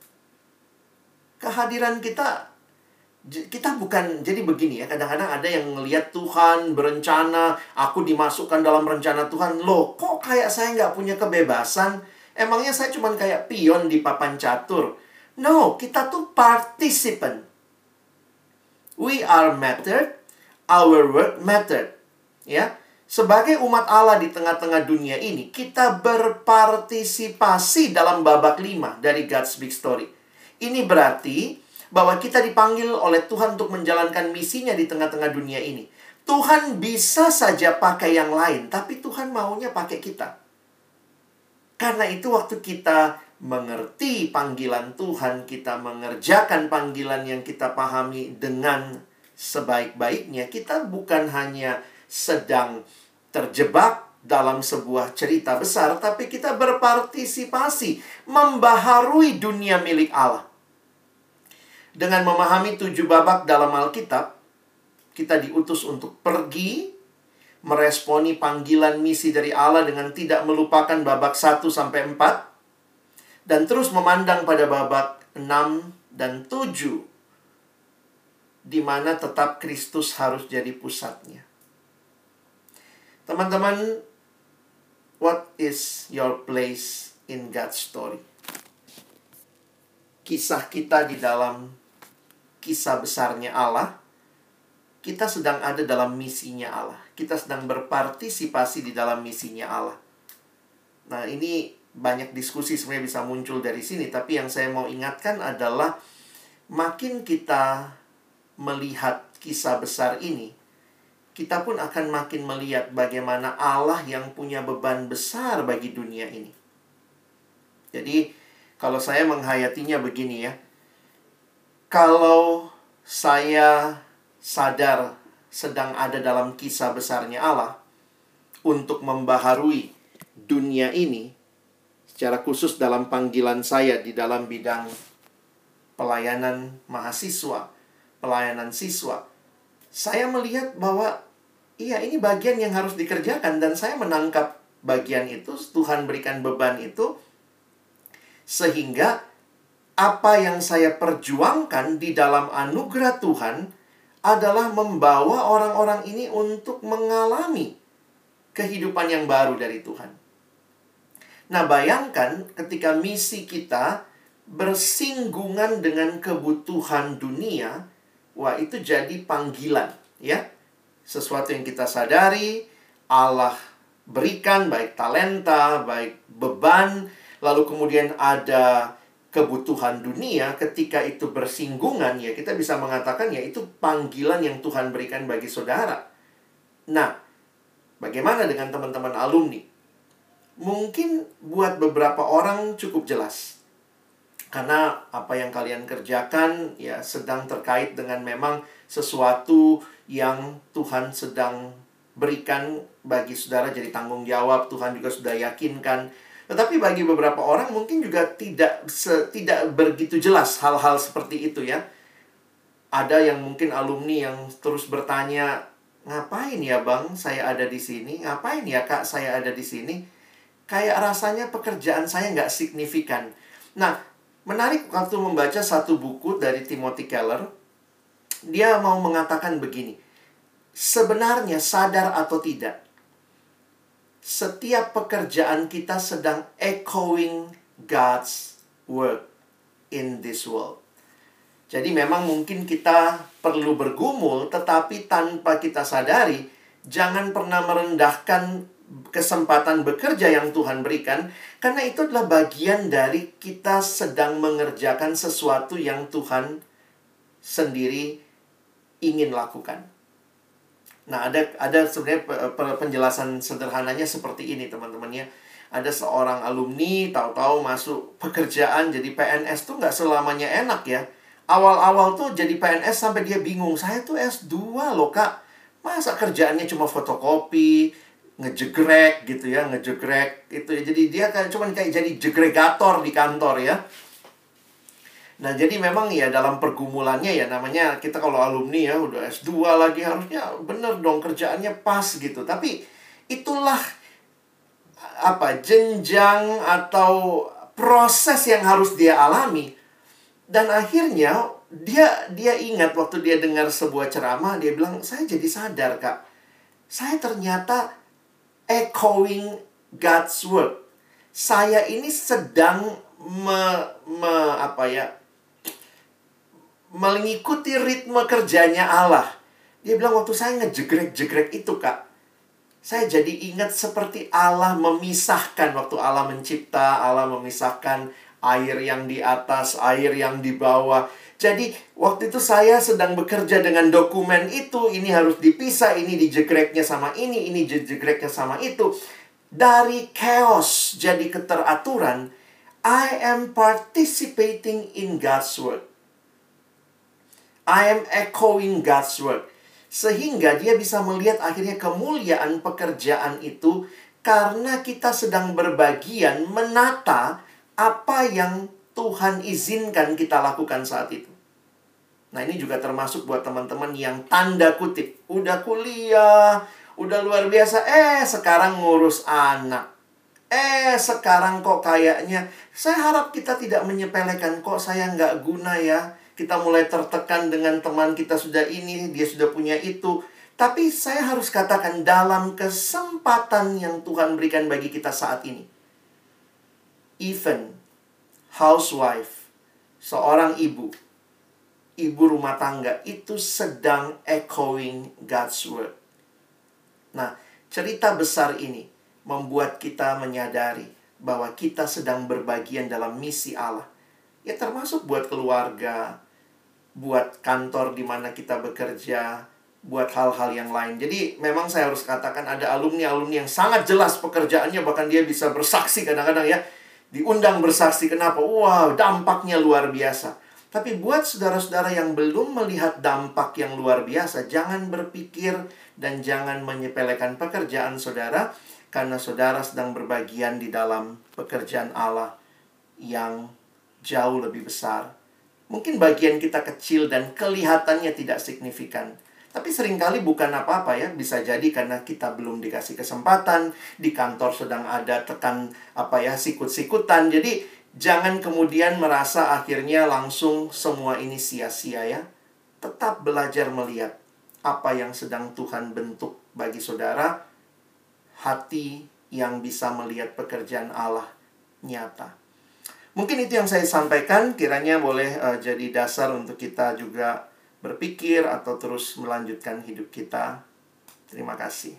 Kehadiran kita, kita bukan, jadi begini ya, kadang-kadang ada yang ngelihat Tuhan berencana, aku dimasukkan dalam rencana Tuhan. Loh, kok kayak saya nggak punya kebebasan? Emangnya saya cuma kayak pion di papan catur? No, kita tuh participant. We are mattered, our work mattered. Ya, sebagai umat Allah di tengah-tengah dunia ini, kita berpartisipasi dalam babak lima dari God's big story. Ini berarti bahwa kita dipanggil oleh Tuhan untuk menjalankan misinya di tengah-tengah dunia ini. Tuhan bisa saja pakai yang lain, tapi Tuhan maunya pakai kita. Karena itu waktu kita mengerti panggilan Tuhan, kita mengerjakan panggilan yang kita pahami dengan sebaik-baiknya, kita bukan hanya sedang terjebak dalam sebuah cerita besar, tapi kita berpartisipasi, membaharui dunia milik Allah. Dengan memahami tujuh babak dalam Alkitab, kita diutus untuk pergi, meresponi panggilan misi dari Allah dengan tidak melupakan babak satu sampai empat, dan terus memandang pada babak enam dan tujuh, di mana tetap Kristus harus jadi pusatnya. Teman-teman, what is your place in God's story? Kisah kita di dalam kisah besarnya Allah, kita sedang ada dalam misinya Allah. Kita sedang berpartisipasi di dalam misinya Allah. Nah, ini banyak diskusi sebenarnya bisa muncul dari sini, tapi yang saya mau ingatkan adalah makin kita melihat kisah besar ini, kita pun akan makin melihat bagaimana Allah yang punya beban besar bagi dunia ini. Jadi, kalau saya menghayatinya begini ya, kalau saya sadar sedang ada dalam kisah besarnya Allah untuk membaharui dunia ini, secara khusus dalam panggilan saya di dalam bidang pelayanan mahasiswa, pelayanan siswa, saya melihat bahwa iya, ini bagian yang harus dikerjakan, dan saya menangkap bagian itu. Tuhan berikan beban itu, sehingga apa yang saya perjuangkan di dalam anugerah Tuhan adalah membawa orang-orang ini untuk mengalami kehidupan yang baru dari Tuhan. Nah, bayangkan ketika misi kita bersinggungan dengan kebutuhan dunia, wah, itu jadi panggilan, ya. Sesuatu yang kita sadari, Allah berikan, baik talenta, baik beban, lalu kemudian ada kebutuhan dunia. Ketika itu bersinggungan, ya kita bisa mengatakan, ya itu panggilan yang Tuhan berikan bagi saudara. Nah, bagaimana dengan teman-teman alumni? Mungkin buat beberapa orang cukup jelas, karena apa yang kalian kerjakan ya sedang terkait dengan memang sesuatu yang Tuhan sedang berikan bagi saudara jadi tanggung jawab. Tuhan juga sudah yakinkan. Tetapi bagi beberapa orang mungkin juga tidak se, tidak begitu jelas hal-hal seperti itu ya. Ada yang mungkin alumni yang terus bertanya, ngapain ya bang saya ada di sini? Ngapain ya kak saya ada di sini? Kayak rasanya pekerjaan saya nggak signifikan. Nah, menarik waktu membaca satu buku dari Timothy Keller. Dia mau mengatakan begini. Sebenarnya sadar atau tidak, setiap pekerjaan kita sedang echoing God's word in this world. Jadi memang mungkin kita perlu bergumul, tetapi tanpa kita sadari, jangan pernah merendahkan kesempatan bekerja yang Tuhan berikan, karena itu adalah bagian dari kita sedang mengerjakan sesuatu yang Tuhan sendiri ingin lakukan. Nah, ada ada sebenarnya penjelasan sederhananya seperti ini, teman-teman ya. Ada seorang alumni tahu-tahu masuk pekerjaan jadi P N S tuh nggak selamanya enak ya. Awal-awal tuh jadi P N S sampai dia bingung. Saya tuh S dua loh kak. Masa kerjaannya cuma fotokopi, ngejegrek gitu ya, ngejegrek itu ya. Jadi dia kan cuman kayak jadi jegregator di kantor ya. Nah, jadi memang ya dalam pergumulannya ya, namanya kita kalau alumni ya udah S dua lagi, harusnya bener dong kerjaannya pas gitu. Tapi itulah apa jenjang atau proses yang harus dia alami. Dan akhirnya dia dia ingat waktu dia dengar sebuah ceramah, dia bilang, saya jadi sadar kak, saya ternyata echoing God's word. Saya ini sedang me, me, apa ya, mengikuti ritme kerjanya Allah. Dia bilang waktu saya ngejegrek-jegrek itu kak, saya jadi ingat seperti Allah memisahkan. Waktu Allah mencipta, Allah memisahkan air yang di atas, air yang di bawah. Jadi waktu itu saya sedang bekerja dengan dokumen itu. Ini harus dipisah, ini dijegreknya sama ini, ini dijegreknya sama itu. Dari chaos jadi keteraturan, I am participating in God's word. I am echoing God's word. Sehingga dia bisa melihat akhirnya kemuliaan pekerjaan itu karena kita sedang berbagian menata apa yang Tuhan izinkan kita lakukan saat itu. Nah, ini juga termasuk buat teman-teman yang tanda kutip udah kuliah, udah luar biasa, eh sekarang ngurus anak. Eh sekarang kok kayaknya, saya harap kita tidak menyepelekan, kok saya nggak guna ya. Kita mulai tertekan dengan teman kita sudah ini, dia sudah punya itu. Tapi saya harus katakan dalam kesempatan yang Tuhan berikan bagi kita saat ini, even housewife, seorang ibu, ibu rumah tangga itu sedang echoing God's word. Nah, cerita besar ini membuat kita menyadari bahwa kita sedang berbagian dalam misi Allah. Ya termasuk buat keluarga, buat kantor di mana kita bekerja, buat hal-hal yang lain. Jadi memang saya harus katakan ada alumni-alumni yang sangat jelas pekerjaannya, bahkan dia bisa bersaksi kadang-kadang ya. Diundang bersaksi, kenapa? Wow, dampaknya luar biasa. Tapi buat saudara-saudara yang belum melihat dampak yang luar biasa, jangan berpikir dan jangan menyepelekan pekerjaan saudara, karena saudara sedang berbagian di dalam pekerjaan Allah yang jauh lebih besar. Mungkin bagian kita kecil dan kelihatannya tidak signifikan. Tapi seringkali bukan apa-apa ya. Bisa jadi karena kita belum dikasih kesempatan. Di kantor sedang ada tekan apa ya, sikut-sikutan. Jadi jangan kemudian merasa akhirnya langsung semua ini sia-sia ya. Tetap belajar melihat apa yang sedang Tuhan bentuk bagi saudara. Hati yang bisa melihat pekerjaan Allah nyata. Mungkin itu yang saya sampaikan, kiranya boleh uh, jadi dasar untuk kita juga berpikir atau terus melanjutkan hidup kita. Terima kasih.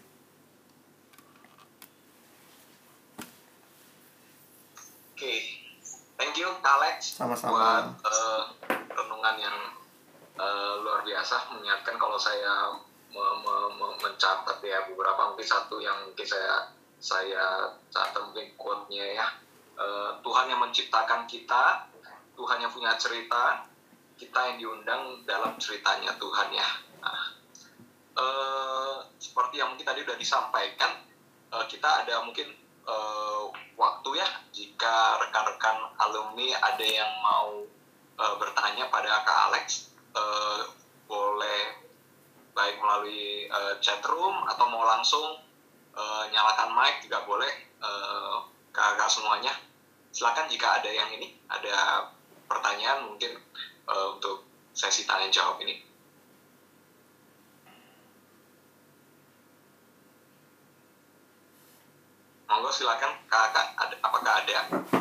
Oke, okay. Thank you Alex. Sama-sama. Buat uh, renungan yang uh, luar biasa, mengingatkan kalau saya me me me mencatat ya beberapa, mungkin satu yang mungkin saya saya catat mungkin quote-nya ya. Uh, Tuhan yang menciptakan kita, Tuhan yang punya cerita, kita yang diundang dalam ceritanya Tuhan ya. Nah, uh, seperti yang mungkin tadi sudah disampaikan, uh, kita ada mungkin uh, waktu ya, jika rekan-rekan alumni ada yang mau uh, bertanya pada Kak Alex, uh, boleh baik melalui uh, chat room atau mau langsung uh, nyalakan mic juga boleh, uh, kakak semuanya. Silakan jika ada yang ini, ada pertanyaan mungkin uh, untuk sesi tanya jawab ini. Monggo silakan kakak, ada, apakah ada?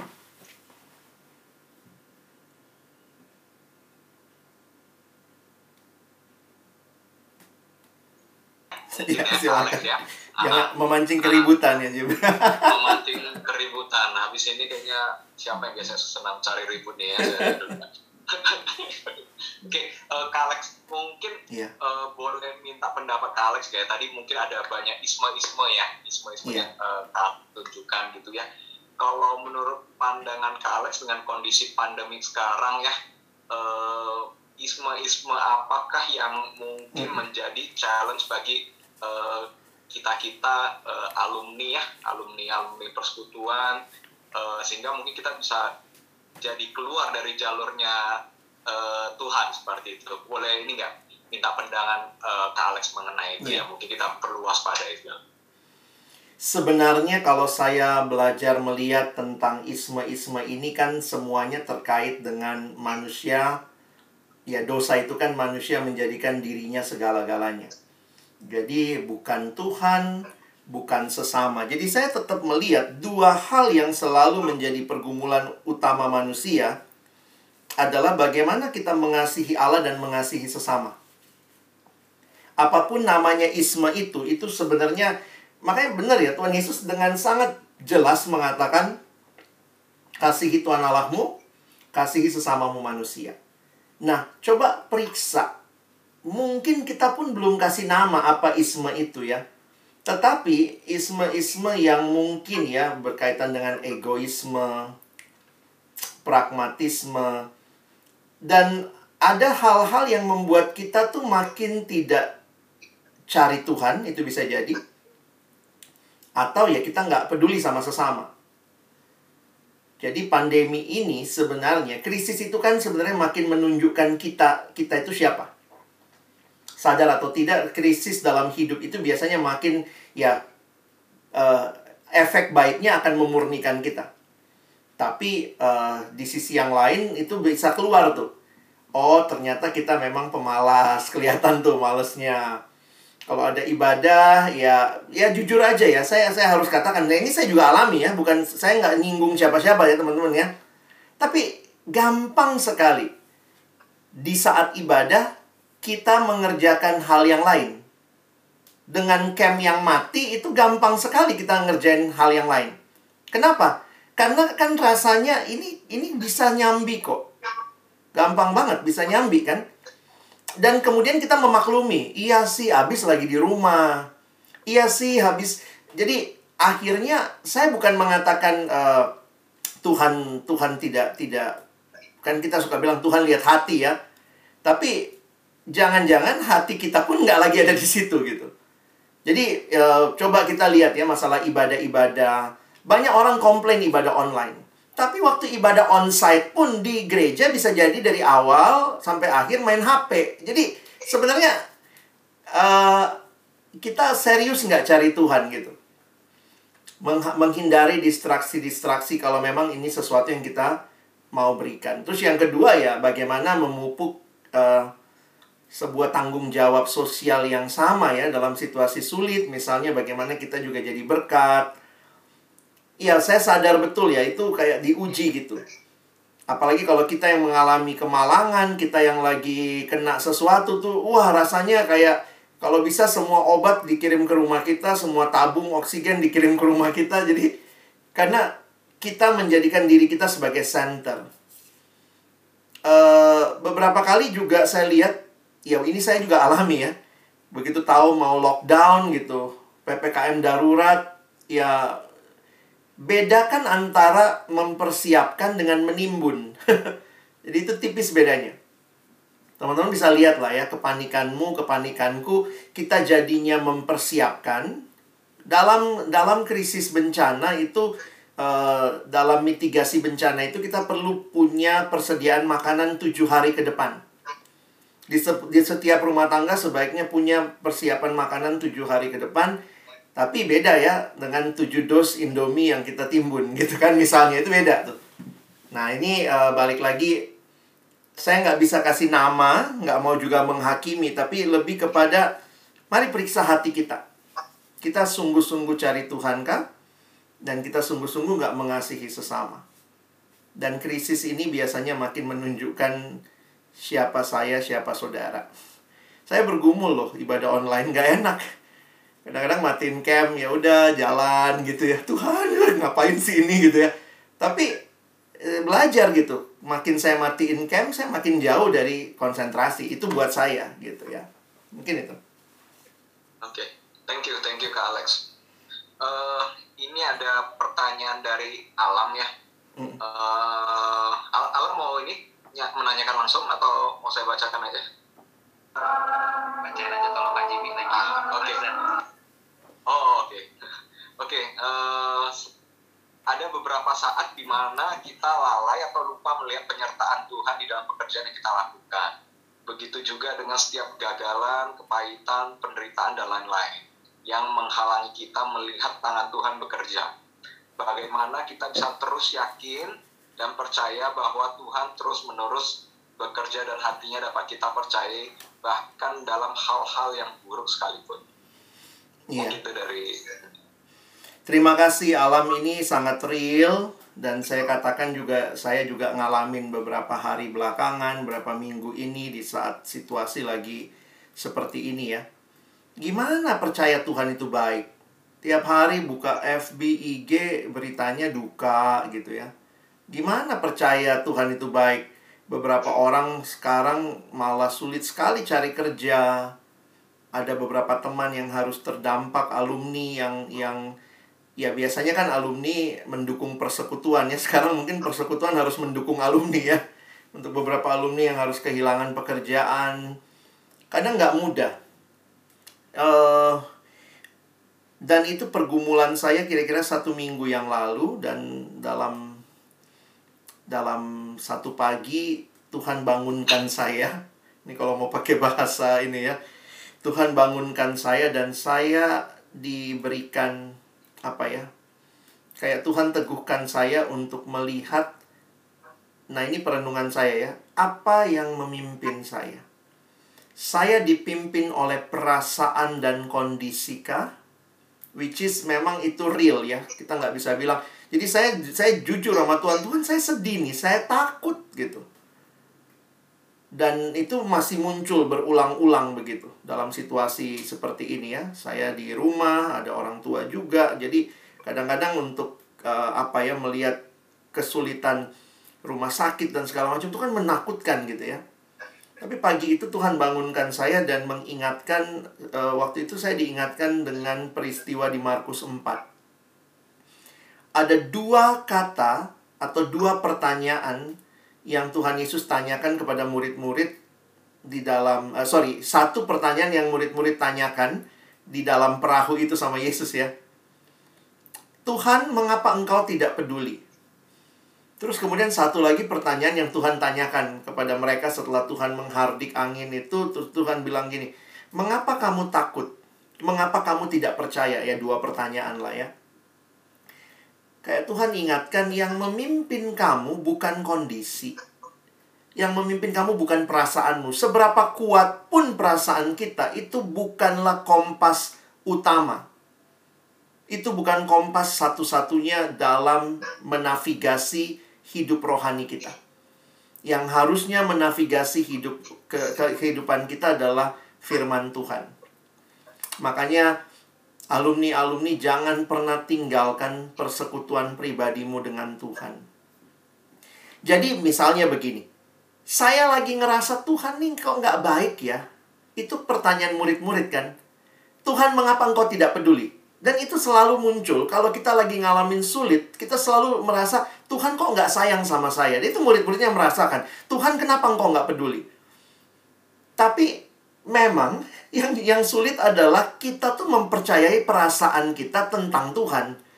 Ya, silakan. Ya. Jangan memancing keributan ya, Jim. Memancing keributan. Habis ini kayaknya siapa yang biasa senang cari ribut nih ya? Oke, uh, Kak Alex, mungkin yeah. uh, boleh minta pendapat Kak Alex ya. Tadi mungkin ada banyak isme-isme ya, isme-isme yeah. yang uh, Kak tunjukkan gitu ya. Kalau menurut pandangan Kak Alex dengan kondisi pandemi sekarang ya, uh, isme-isme apakah yang mungkin mm-hmm. menjadi challenge bagi uh, kita-kita uh, alumni ya, alumni-alumni persekutuan, uh, sehingga mungkin kita bisa jadi keluar dari jalurnya uh, Tuhan seperti itu. Boleh ini nggak minta pandangan uh, Kak Alex mengenai itu yeah. ya, mungkin kita perlu waspada itu. Sebenarnya kalau saya belajar melihat tentang isme-isme ini kan semuanya terkait dengan manusia. Ya, dosa itu kan manusia menjadikan dirinya segala-galanya. Jadi bukan Tuhan, bukan sesama. Jadi saya tetap melihat dua hal yang selalu menjadi pergumulan utama manusia adalah bagaimana kita mengasihi Allah dan mengasihi sesama. Apapun namanya isme itu, itu sebenarnya, makanya benar ya, Tuhan Yesus dengan sangat jelas mengatakan, kasihi Tuhan Allahmu, kasihi sesamamu manusia. Nah, coba periksa. Mungkin kita pun belum kasih nama apa isme itu ya. Tetapi isme-isme yang mungkin ya berkaitan dengan egoisme, pragmatisme, dan ada hal-hal yang membuat kita tuh makin tidak cari Tuhan, itu bisa jadi. Atau ya kita nggak peduli sama sesama. Jadi pandemi ini sebenarnya, krisis itu kan sebenarnya makin menunjukkan kita, kita itu siapa. Sadar atau tidak, krisis dalam hidup itu biasanya makin, ya, uh, efek baiknya akan memurnikan kita. Tapi uh, di sisi yang lain itu bisa keluar tuh. Oh, ternyata kita memang pemalas, kelihatan tuh malesnya. Kalau ada ibadah, ya, ya jujur aja ya, saya saya harus katakan, nah ini saya juga alami ya, bukan saya nggak nyinggung siapa-siapa ya teman-teman ya. Tapi gampang sekali di saat ibadah kita mengerjakan hal yang lain. Dengan camp yang mati itu gampang sekali kita ngerjain hal yang lain. Kenapa? Karena kan rasanya ini ini bisa nyambi kok. Gampang banget bisa nyambi kan? Dan kemudian kita memaklumi, iya sih habis lagi di rumah. Iya sih habis. Jadi akhirnya saya bukan mengatakan uh, Tuhan Tuhan tidak tidak kan kita suka bilang Tuhan lihat hati ya. Tapi jangan-jangan hati kita pun nggak lagi ada di situ gitu. Jadi uh, coba kita lihat ya masalah ibadah-ibadah. Banyak orang komplain ibadah online. Tapi waktu ibadah onsite pun di gereja bisa jadi dari awal sampai akhir main H P. Jadi sebenarnya uh, kita serius nggak cari Tuhan gitu. Meng- menghindari distraksi-distraksi kalau memang ini sesuatu yang kita mau berikan. Terus yang kedua ya, bagaimana memupuk uh, sebuah tanggung jawab sosial yang sama ya dalam situasi sulit. Misalnya bagaimana kita juga jadi berkat. Ya, saya sadar betul ya, itu kayak diuji gitu. Apalagi kalau kita yang mengalami kemalangan, kita yang lagi kena sesuatu tuh, wah rasanya kayak kalau bisa semua obat dikirim ke rumah kita, semua tabung oksigen dikirim ke rumah kita. Jadi, karena kita menjadikan diri kita sebagai center. Uh, beberapa kali juga saya lihat, ya ini saya juga alami ya. Begitu tahu mau lockdown gitu, P P K M darurat, ya bedakan antara mempersiapkan dengan menimbun. Jadi itu tipis bedanya. Teman-teman bisa lihat lah ya, kepanikanmu, kepanikanku, kita jadinya mempersiapkan. Dalam dalam krisis bencana itu, uh, dalam mitigasi bencana itu kita perlu punya persediaan makanan tujuh hari ke depan. Di, se- di setiap rumah tangga sebaiknya punya persiapan makanan tujuh hari ke depan. Tapi beda ya dengan tujuh dos Indomie yang kita timbun gitu kan misalnya. Itu beda tuh. Nah ini uh, balik lagi, saya nggak bisa kasih nama, nggak mau juga menghakimi, tapi lebih kepada mari periksa hati kita. Kita sungguh-sungguh cari Tuhan kah? Dan kita sungguh-sungguh nggak mengasihi sesama. Dan krisis ini biasanya makin menunjukkan siapa saya, siapa saudara. Saya bergumul loh, ibadah online nggak enak. Kadang-kadang matiin cam, ya udah jalan gitu ya. Tuhan, ngapain sih ini gitu ya. Tapi e, belajar gitu. Makin saya matiin cam, saya makin jauh dari konsentrasi. Itu buat saya gitu ya. Mungkin itu. Oke, okay. Thank you, thank you Kak Alex. Uh, ini ada pertanyaan dari Alam ya. Mm. Uh, Al- Alam mau ini menanyakan langsung atau mau saya bacakan aja? Bacain aja tolong Pak Jimmy lagi. Ah, oke. Okay. Oh, oke. Okay. Oke, okay, uh, ada beberapa saat di mana kita lalai atau lupa melihat penyertaan Tuhan di dalam pekerjaan yang kita lakukan. Begitu juga dengan setiap kegagalan, kepahitan, penderitaan, dan lain-lain yang menghalangi kita melihat tangan Tuhan bekerja. Bagaimana kita bisa terus yakin dan percaya bahwa Tuhan terus-menerus bekerja dan hatinya dapat kita percayai bahkan dalam hal-hal yang buruk sekalipun. Iya. Gitu dari... Terima kasih, Alam ini sangat real. Dan saya katakan juga, saya juga ngalamin beberapa hari belakangan, beberapa minggu ini di saat situasi lagi seperti ini ya. Gimana percaya Tuhan itu baik? Tiap hari buka F B, I G, beritanya duka gitu ya. Gimana percaya Tuhan itu baik? Beberapa orang sekarang malah sulit sekali cari kerja. Ada beberapa teman yang harus terdampak, alumni yang yang ya biasanya kan alumni mendukung persekutuan ya. Sekarang mungkin persekutuan harus mendukung alumni ya. Untuk beberapa alumni yang harus kehilangan pekerjaan, kadang nggak mudah. Uh, dan itu pergumulan saya kira-kira satu minggu yang lalu. Dan dalam dalam satu pagi Tuhan bangunkan saya. Ini kalau mau pakai bahasa ini ya, Tuhan bangunkan saya dan saya diberikan apa ya, kayak Tuhan teguhkan saya untuk melihat. Nah ini perenungan saya ya, apa yang memimpin saya? Saya dipimpin oleh perasaan dan kondisi kah? Which is memang itu real ya, kita nggak bisa bilang. Jadi saya saya jujur sama Tuhan, Tuhan saya sedih nih, saya takut gitu. Dan itu masih muncul berulang-ulang begitu dalam situasi seperti ini ya. Saya di rumah, ada orang tua juga. Jadi kadang-kadang untuk uh, apa ya, melihat kesulitan rumah sakit dan segala macam itu kan menakutkan gitu ya. Tapi pagi itu Tuhan bangunkan saya dan mengingatkan, uh, waktu itu saya diingatkan dengan peristiwa di Markus empat. Ada dua kata atau dua pertanyaan yang Tuhan Yesus tanyakan kepada murid-murid di dalam, uh, sorry, satu pertanyaan yang murid-murid tanyakan di dalam perahu itu sama Yesus ya. Tuhan, mengapa engkau tidak peduli? Terus kemudian satu lagi pertanyaan yang Tuhan tanyakan kepada mereka setelah Tuhan menghardik angin itu. Terus Tuhan bilang gini, mengapa kamu takut? Mengapa kamu tidak percaya? Ya dua pertanyaan lah ya. Kayak Tuhan ingatkan, yang memimpin kamu bukan kondisi. Yang memimpin kamu bukan perasaanmu. Seberapa kuat pun perasaan kita, itu bukanlah kompas utama. Itu bukan kompas satu-satunya dalam menavigasi hidup rohani kita. Yang harusnya menavigasi hidup ke, ke, kehidupan kita adalah firman Tuhan. Makanya alumni-alumni jangan pernah tinggalkan persekutuan pribadimu dengan Tuhan. Jadi misalnya begini, saya lagi ngerasa Tuhan nih kok nggak baik ya. Itu pertanyaan murid-murid kan. Tuhan, mengapa engkau tidak peduli? Dan itu selalu muncul kalau kita lagi ngalamin sulit. Kita selalu merasa, Tuhan kok nggak sayang sama saya. Itu murid-muridnya merasakan, Tuhan kenapa engkau nggak peduli? Tapi memang yang yang sulit adalah kita tuh mempercayai perasaan kita tentang Tuhan.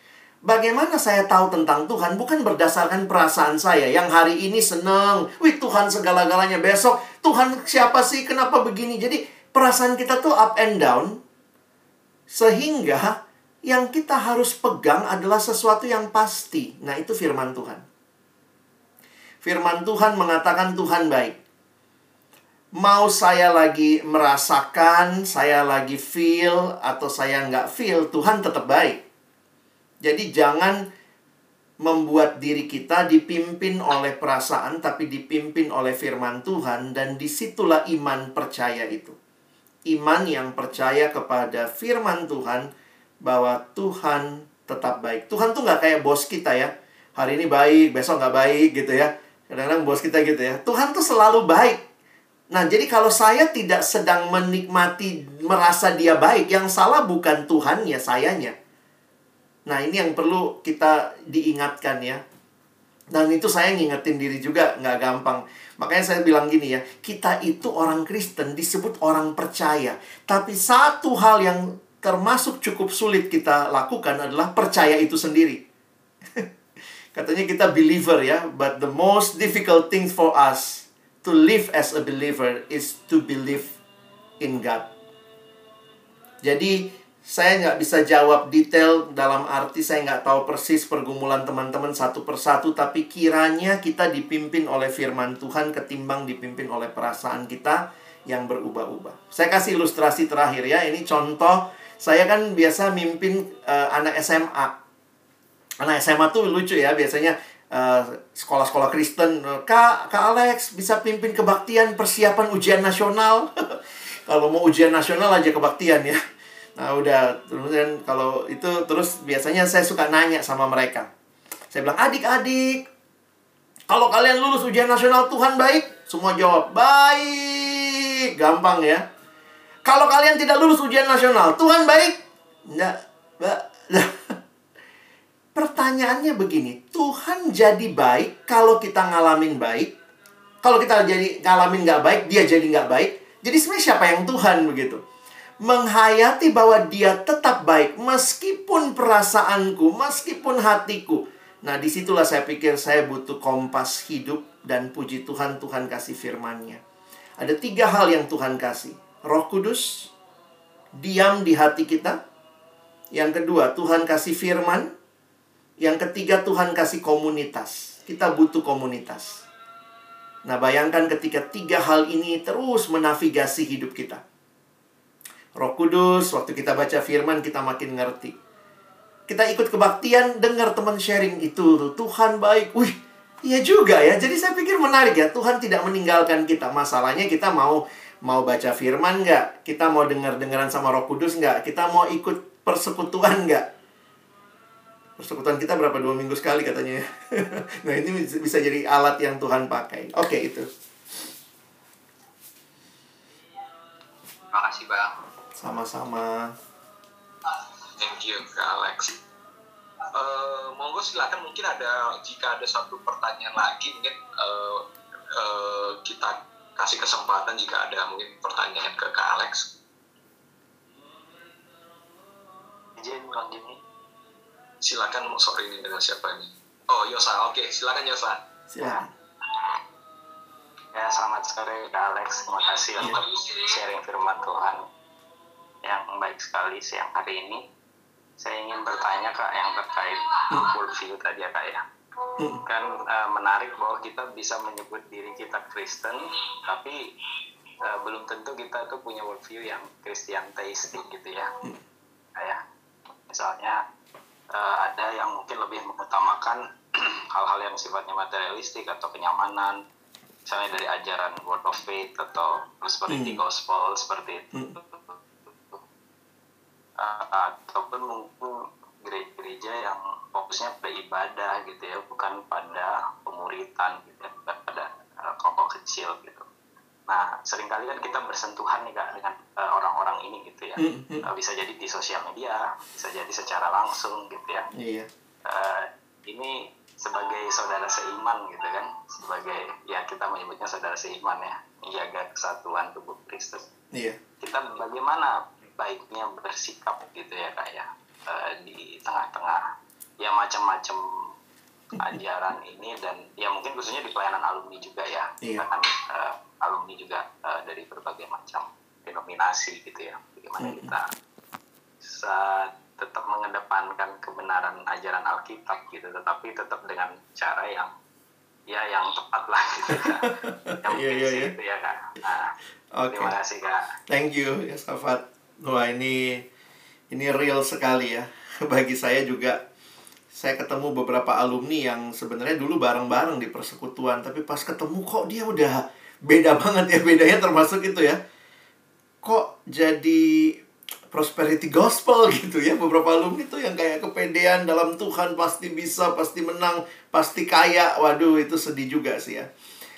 Bagaimana saya tahu tentang Tuhan? Bukan berdasarkan perasaan saya. Yang hari ini senang. Wih, Tuhan segala-galanya. Besok, Tuhan siapa sih? Kenapa begini? Jadi, perasaan kita tuh up and down. Sehingga, yang kita harus pegang adalah sesuatu yang pasti. Nah, itu firman Tuhan. Firman Tuhan mengatakan Tuhan baik. Mau saya lagi merasakan, saya lagi feel, atau saya nggak feel, Tuhan tetap baik. Jadi jangan membuat diri kita dipimpin oleh perasaan, tapi dipimpin oleh firman Tuhan. Dan disitulah iman percaya itu. Iman yang percaya kepada firman Tuhan, bahwa Tuhan tetap baik. Tuhan tuh nggak kayak bos kita ya. Hari ini baik, besok nggak baik gitu ya. Kadang-kadang bos kita gitu ya. Tuhan tuh selalu baik. Nah, jadi kalau saya tidak sedang menikmati, merasa dia baik, yang salah bukan Tuhan ya, sayanya. Nah, ini yang perlu kita diingatkan ya. Dan itu saya ngingetin diri juga, nggak gampang. Makanya saya bilang gini ya, kita itu orang Kristen disebut orang percaya. Tapi satu hal yang termasuk cukup sulit kita lakukan adalah percaya itu sendiri. Katanya kita believer ya, but the most difficult thing for us to live as a believer is to believe in God. Jadi, saya nggak bisa jawab detail dalam arti saya nggak tahu persis pergumulan teman-teman satu persatu. Tapi kiranya kita dipimpin oleh firman Tuhan ketimbang dipimpin oleh perasaan kita yang berubah-ubah. Saya kasih ilustrasi terakhir ya. Ini contoh, saya kan biasa mimpin uh, anak S M A. Anak S M A tuh lucu ya, biasanya uh, sekolah-sekolah Kristen. Kak, Kak Alex bisa pimpin kebaktian persiapan ujian nasional. Kalau mau ujian nasional aja kebaktian ya. Nah udah, kemudian kalau itu terus biasanya saya suka nanya sama mereka. Saya bilang, adik-adik, kalau kalian lulus ujian nasional Tuhan baik? Semua jawab, baik. Gampang ya. Kalau kalian tidak lulus ujian nasional, Tuhan baik? Enggak. Pertanyaannya begini, Tuhan jadi baik kalau kita ngalamin baik. Kalau kita jadi ngalamin nggak baik, dia jadi nggak baik. Jadi sebenarnya siapa yang Tuhan begitu? Menghayati bahwa dia tetap baik meskipun perasaanku, meskipun hatiku. Nah, disitulah saya pikir saya butuh kompas hidup. Dan puji Tuhan, Tuhan kasih firman-Nya. Ada tiga hal yang Tuhan kasih. Roh Kudus diam di hati kita. Yang kedua, Tuhan kasih firman. Yang ketiga, Tuhan kasih komunitas. Kita butuh komunitas. Nah, bayangkan ketika tiga hal ini terus menavigasi hidup kita. Roh Kudus, waktu kita baca firman, kita makin ngerti. Kita ikut kebaktian, dengar teman sharing itu. Tuhan baik. Wih, iya juga ya. Jadi saya pikir menarik ya. Tuhan tidak meninggalkan kita. Masalahnya kita mau mau baca firman nggak? Kita mau dengar-dengaran sama Roh Kudus nggak? Kita mau ikut persekutuan nggak? Persekutuan kita berapa? Dua minggu sekali katanya ya. Nah, ini bisa jadi alat yang Tuhan pakai. Oke, itu. Terima kasih, Bang. Sama-sama. Thank you, Kak Alex. Uh, monggo silakan, mungkin ada, jika ada satu pertanyaan lagi, mungkin uh, uh, kita kasih kesempatan jika ada mungkin pertanyaan ke Kak Alex. Izin, Bang Jimmy. Silakan, sorry ini dengan siapa ini? Oh, Yosa. Oke, silakan Yosa. Silakan. Ya, selamat sore Kak Alex. Terima kasih untuk sharing firman Tuhan yang baik sekali siang hari ini. Saya ingin bertanya Kak yang terkait worldview tadi ya Kak ya. Kan uh, menarik bahwa kita bisa menyebut diri kita Kristen, tapi uh, belum tentu kita tuh punya worldview yang Christian theistic gitu ya. Kayak misalnya uh, ada yang mungkin lebih mengutamakan hal-hal yang sifatnya materialistik atau kenyamanan, misalnya dari ajaran word of faith atau prosperity gospel seperti itu. Uh, ataupun mungkin gereja-gereja yang fokusnya pada ibadah gitu ya, bukan pada pemuritan gitu ya, bukan pada uh, kelompok kecil gitu. Nah, seringkali kan kita bersentuhan nih Kak dengan uh, orang-orang ini gitu ya. Uh, bisa jadi di sosial media, bisa jadi secara langsung gitu ya. Iya. Uh, ini sebagai saudara seiman gitu kan, sebagai ya kita menyebutnya saudara seiman ya, menjaga kesatuan tubuh Kristus. Iya. Kita bagaimana baiknya bersikap gitu ya Kak ya, uh, di tengah-tengah ya macam-macam ajaran ini, dan ya mungkin khususnya di pelayanan alumni juga ya. Iya. Kita kan uh, alumni juga uh, dari berbagai macam denominasi gitu ya. Bagaimana Mm-mm. kita bisa tetap mengedepankan kebenaran ajaran Alkitab gitu, tetapi tetap dengan cara yang ya yang tepat lah gitu ya. Yang Iya, mungkin iya, sih iya. itu ya Kak. Nah, Oke. terima kasih Kak. Thank you, ya Safat. Wah, ini ini real sekali ya. Bagi saya juga, saya ketemu beberapa alumni yang sebenarnya dulu bareng-bareng di persekutuan, tapi pas ketemu kok dia udah beda banget ya. Bedanya termasuk itu ya, kok jadi prosperity gospel gitu ya. Beberapa alumni tuh yang kayak kepedean dalam Tuhan, pasti bisa, pasti menang, pasti kaya. Waduh, itu sedih juga sih ya.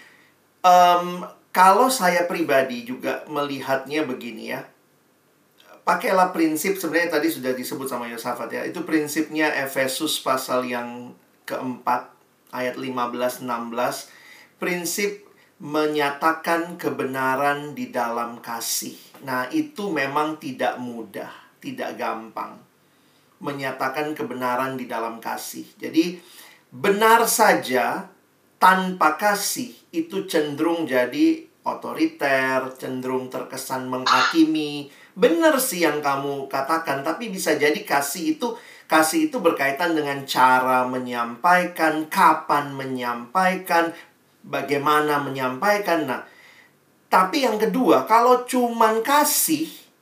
Em, kalau saya pribadi juga melihatnya begini ya, pakailah prinsip, sebenarnya tadi sudah disebut sama Yosafat ya. Itu prinsipnya Efesus pasal yang keempat, ayat lima belas enam belas. Prinsip menyatakan kebenaran di dalam kasih. Nah, itu memang tidak mudah, tidak gampang. Menyatakan kebenaran di dalam kasih. Jadi, benar saja tanpa kasih itu cenderung jadi otoriter, cenderung terkesan menghakimi. Benar sih yang kamu katakan, tapi bisa jadi kasih itu kasih itu berkaitan dengan cara menyampaikan, kapan menyampaikan, bagaimana menyampaikan. Nah, tapi yang kedua, kalau cuman kasih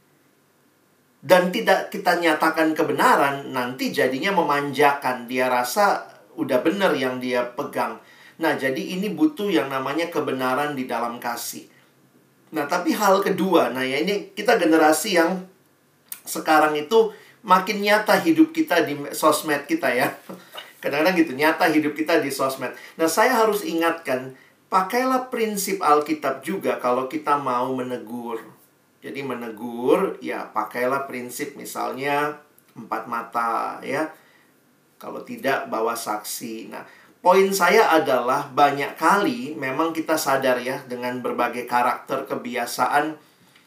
dan tidak kita nyatakan kebenaran, nanti jadinya memanjakan. Dia rasa udah benar yang dia pegang. Nah, jadi ini butuh yang namanya kebenaran di dalam kasih. Nah, tapi hal kedua, nah ya ini kita generasi yang sekarang itu makin nyata hidup kita di sosmed kita ya. Kadang-kadang gitu, nyata hidup kita di sosmed. Nah, saya harus ingatkan, pakailah prinsip Alkitab juga kalau kita mau menegur. Jadi menegur, ya pakailah prinsip misalnya empat mata ya. Kalau tidak, bawa saksi. Nah, poin saya adalah banyak kali memang kita sadar ya, dengan berbagai karakter, kebiasaan,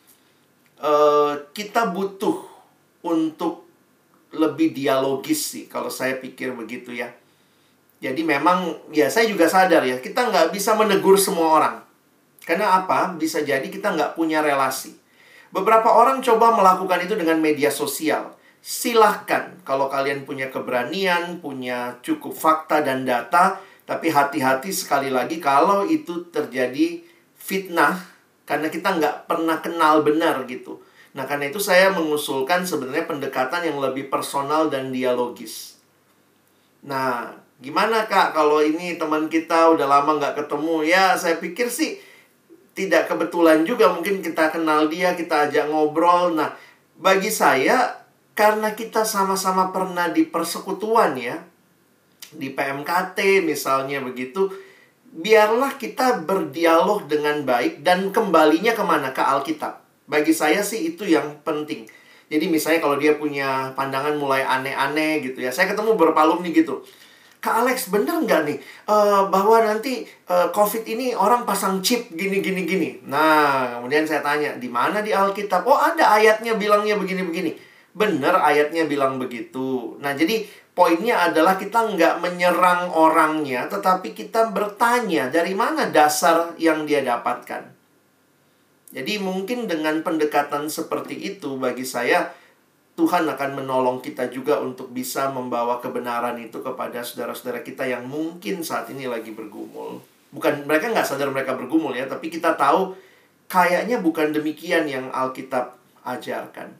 uh, kita butuh untuk lebih dialogis sih, kalau saya pikir begitu ya. Jadi memang, ya saya juga sadar ya, kita nggak bisa menegur semua orang. Karena apa? Bisa jadi kita nggak punya relasi. Beberapa orang coba melakukan itu dengan media sosial. Silahkan, kalau kalian punya keberanian, punya cukup fakta dan data, tapi hati-hati sekali lagi kalau itu terjadi fitnah, karena kita nggak pernah kenal benar gitu. Nah, karena itu saya mengusulkan sebenarnya pendekatan yang lebih personal dan dialogis. Nah, gimana Kak kalau ini teman kita udah lama nggak ketemu? Ya, saya pikir sih tidak kebetulan juga, mungkin kita kenal dia, kita ajak ngobrol. Nah, bagi saya, karena kita sama-sama pernah di persekutuan ya, di P M K T misalnya begitu, biarlah kita berdialog dengan baik dan kembalinya kemana? Ke Alkitab. Bagi saya sih itu yang penting. Jadi misalnya kalau dia punya pandangan mulai aneh-aneh gitu ya, saya ketemu beberapa alumni gitu, Kak Alex, bener nggak nih uh, bahwa nanti uh, COVID ini orang pasang chip gini-gini-gini? Nah, kemudian saya tanya, di mana di Alkitab? Oh, ada ayatnya bilangnya begini-begini. Bener ayatnya bilang begitu. Nah, jadi poinnya adalah kita nggak menyerang orangnya, tetapi kita bertanya dari mana dasar yang dia dapatkan. Jadi mungkin dengan pendekatan seperti itu, bagi saya Tuhan akan menolong kita juga untuk bisa membawa kebenaran itu kepada saudara-saudara kita yang mungkin saat ini lagi bergumul. Bukan, mereka nggak sadar mereka bergumul ya, tapi kita tahu kayaknya bukan demikian yang Alkitab ajarkan.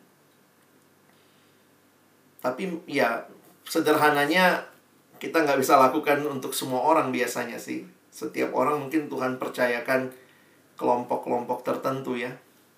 Tapi ya, sederhananya kita nggak bisa lakukan untuk semua orang biasanya sih. Setiap orang mungkin Tuhan percayakan kelompok-kelompok tertentu ya.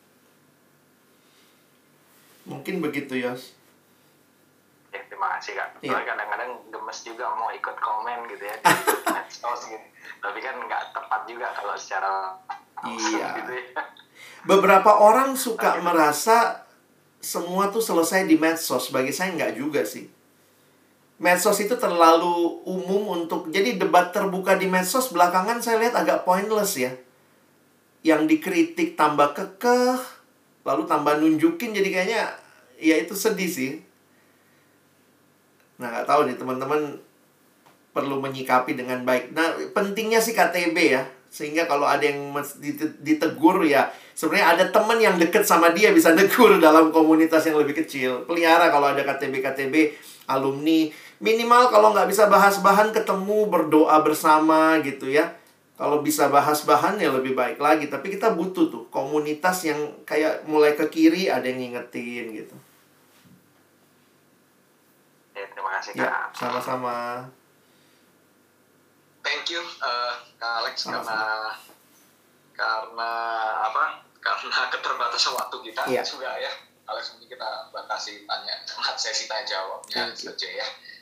Mungkin begitu, Yos. Ya, terima kasih Kak. Iya. Soalnya kadang-kadang gemes juga mau ikut komen gitu ya, di medsos gitu. Tapi kan nggak tepat juga kalau secara langsung Iya. gitu ya. Beberapa orang suka merasa semua tuh selesai di medsos. Bagi saya nggak juga sih. Medsos itu terlalu umum untuk... Jadi debat terbuka di medsos belakangan saya lihat agak pointless ya. Yang dikritik tambah kekeh, lalu tambah nunjukin, jadi kayaknya ya itu sedih sih. Nah, nggak tahu nih teman-teman perlu menyikapi dengan baik. Nah, pentingnya sih K T B ya. Sehingga kalau ada yang ditegur ya, sebenarnya ada teman yang deket sama dia bisa negur dalam komunitas yang lebih kecil. Pelihara kalau ada K T B-K T B, alumni. Minimal kalau nggak bisa bahas bahan, ketemu, berdoa bersama gitu ya. Kalau bisa bahas bahan ya lebih baik lagi. Tapi kita butuh tuh komunitas yang kayak mulai ke kiri ada yang ngingetin gitu. Ya, terima kasih Kak. Ya, sama-sama. Thank you uh, Kak Alex Sama-sama. karena karena apa? Karena keterbatasan waktu kita ya. juga ya. Alex mungkin kita batasi tanya sesi tanya jawabnya saja ya.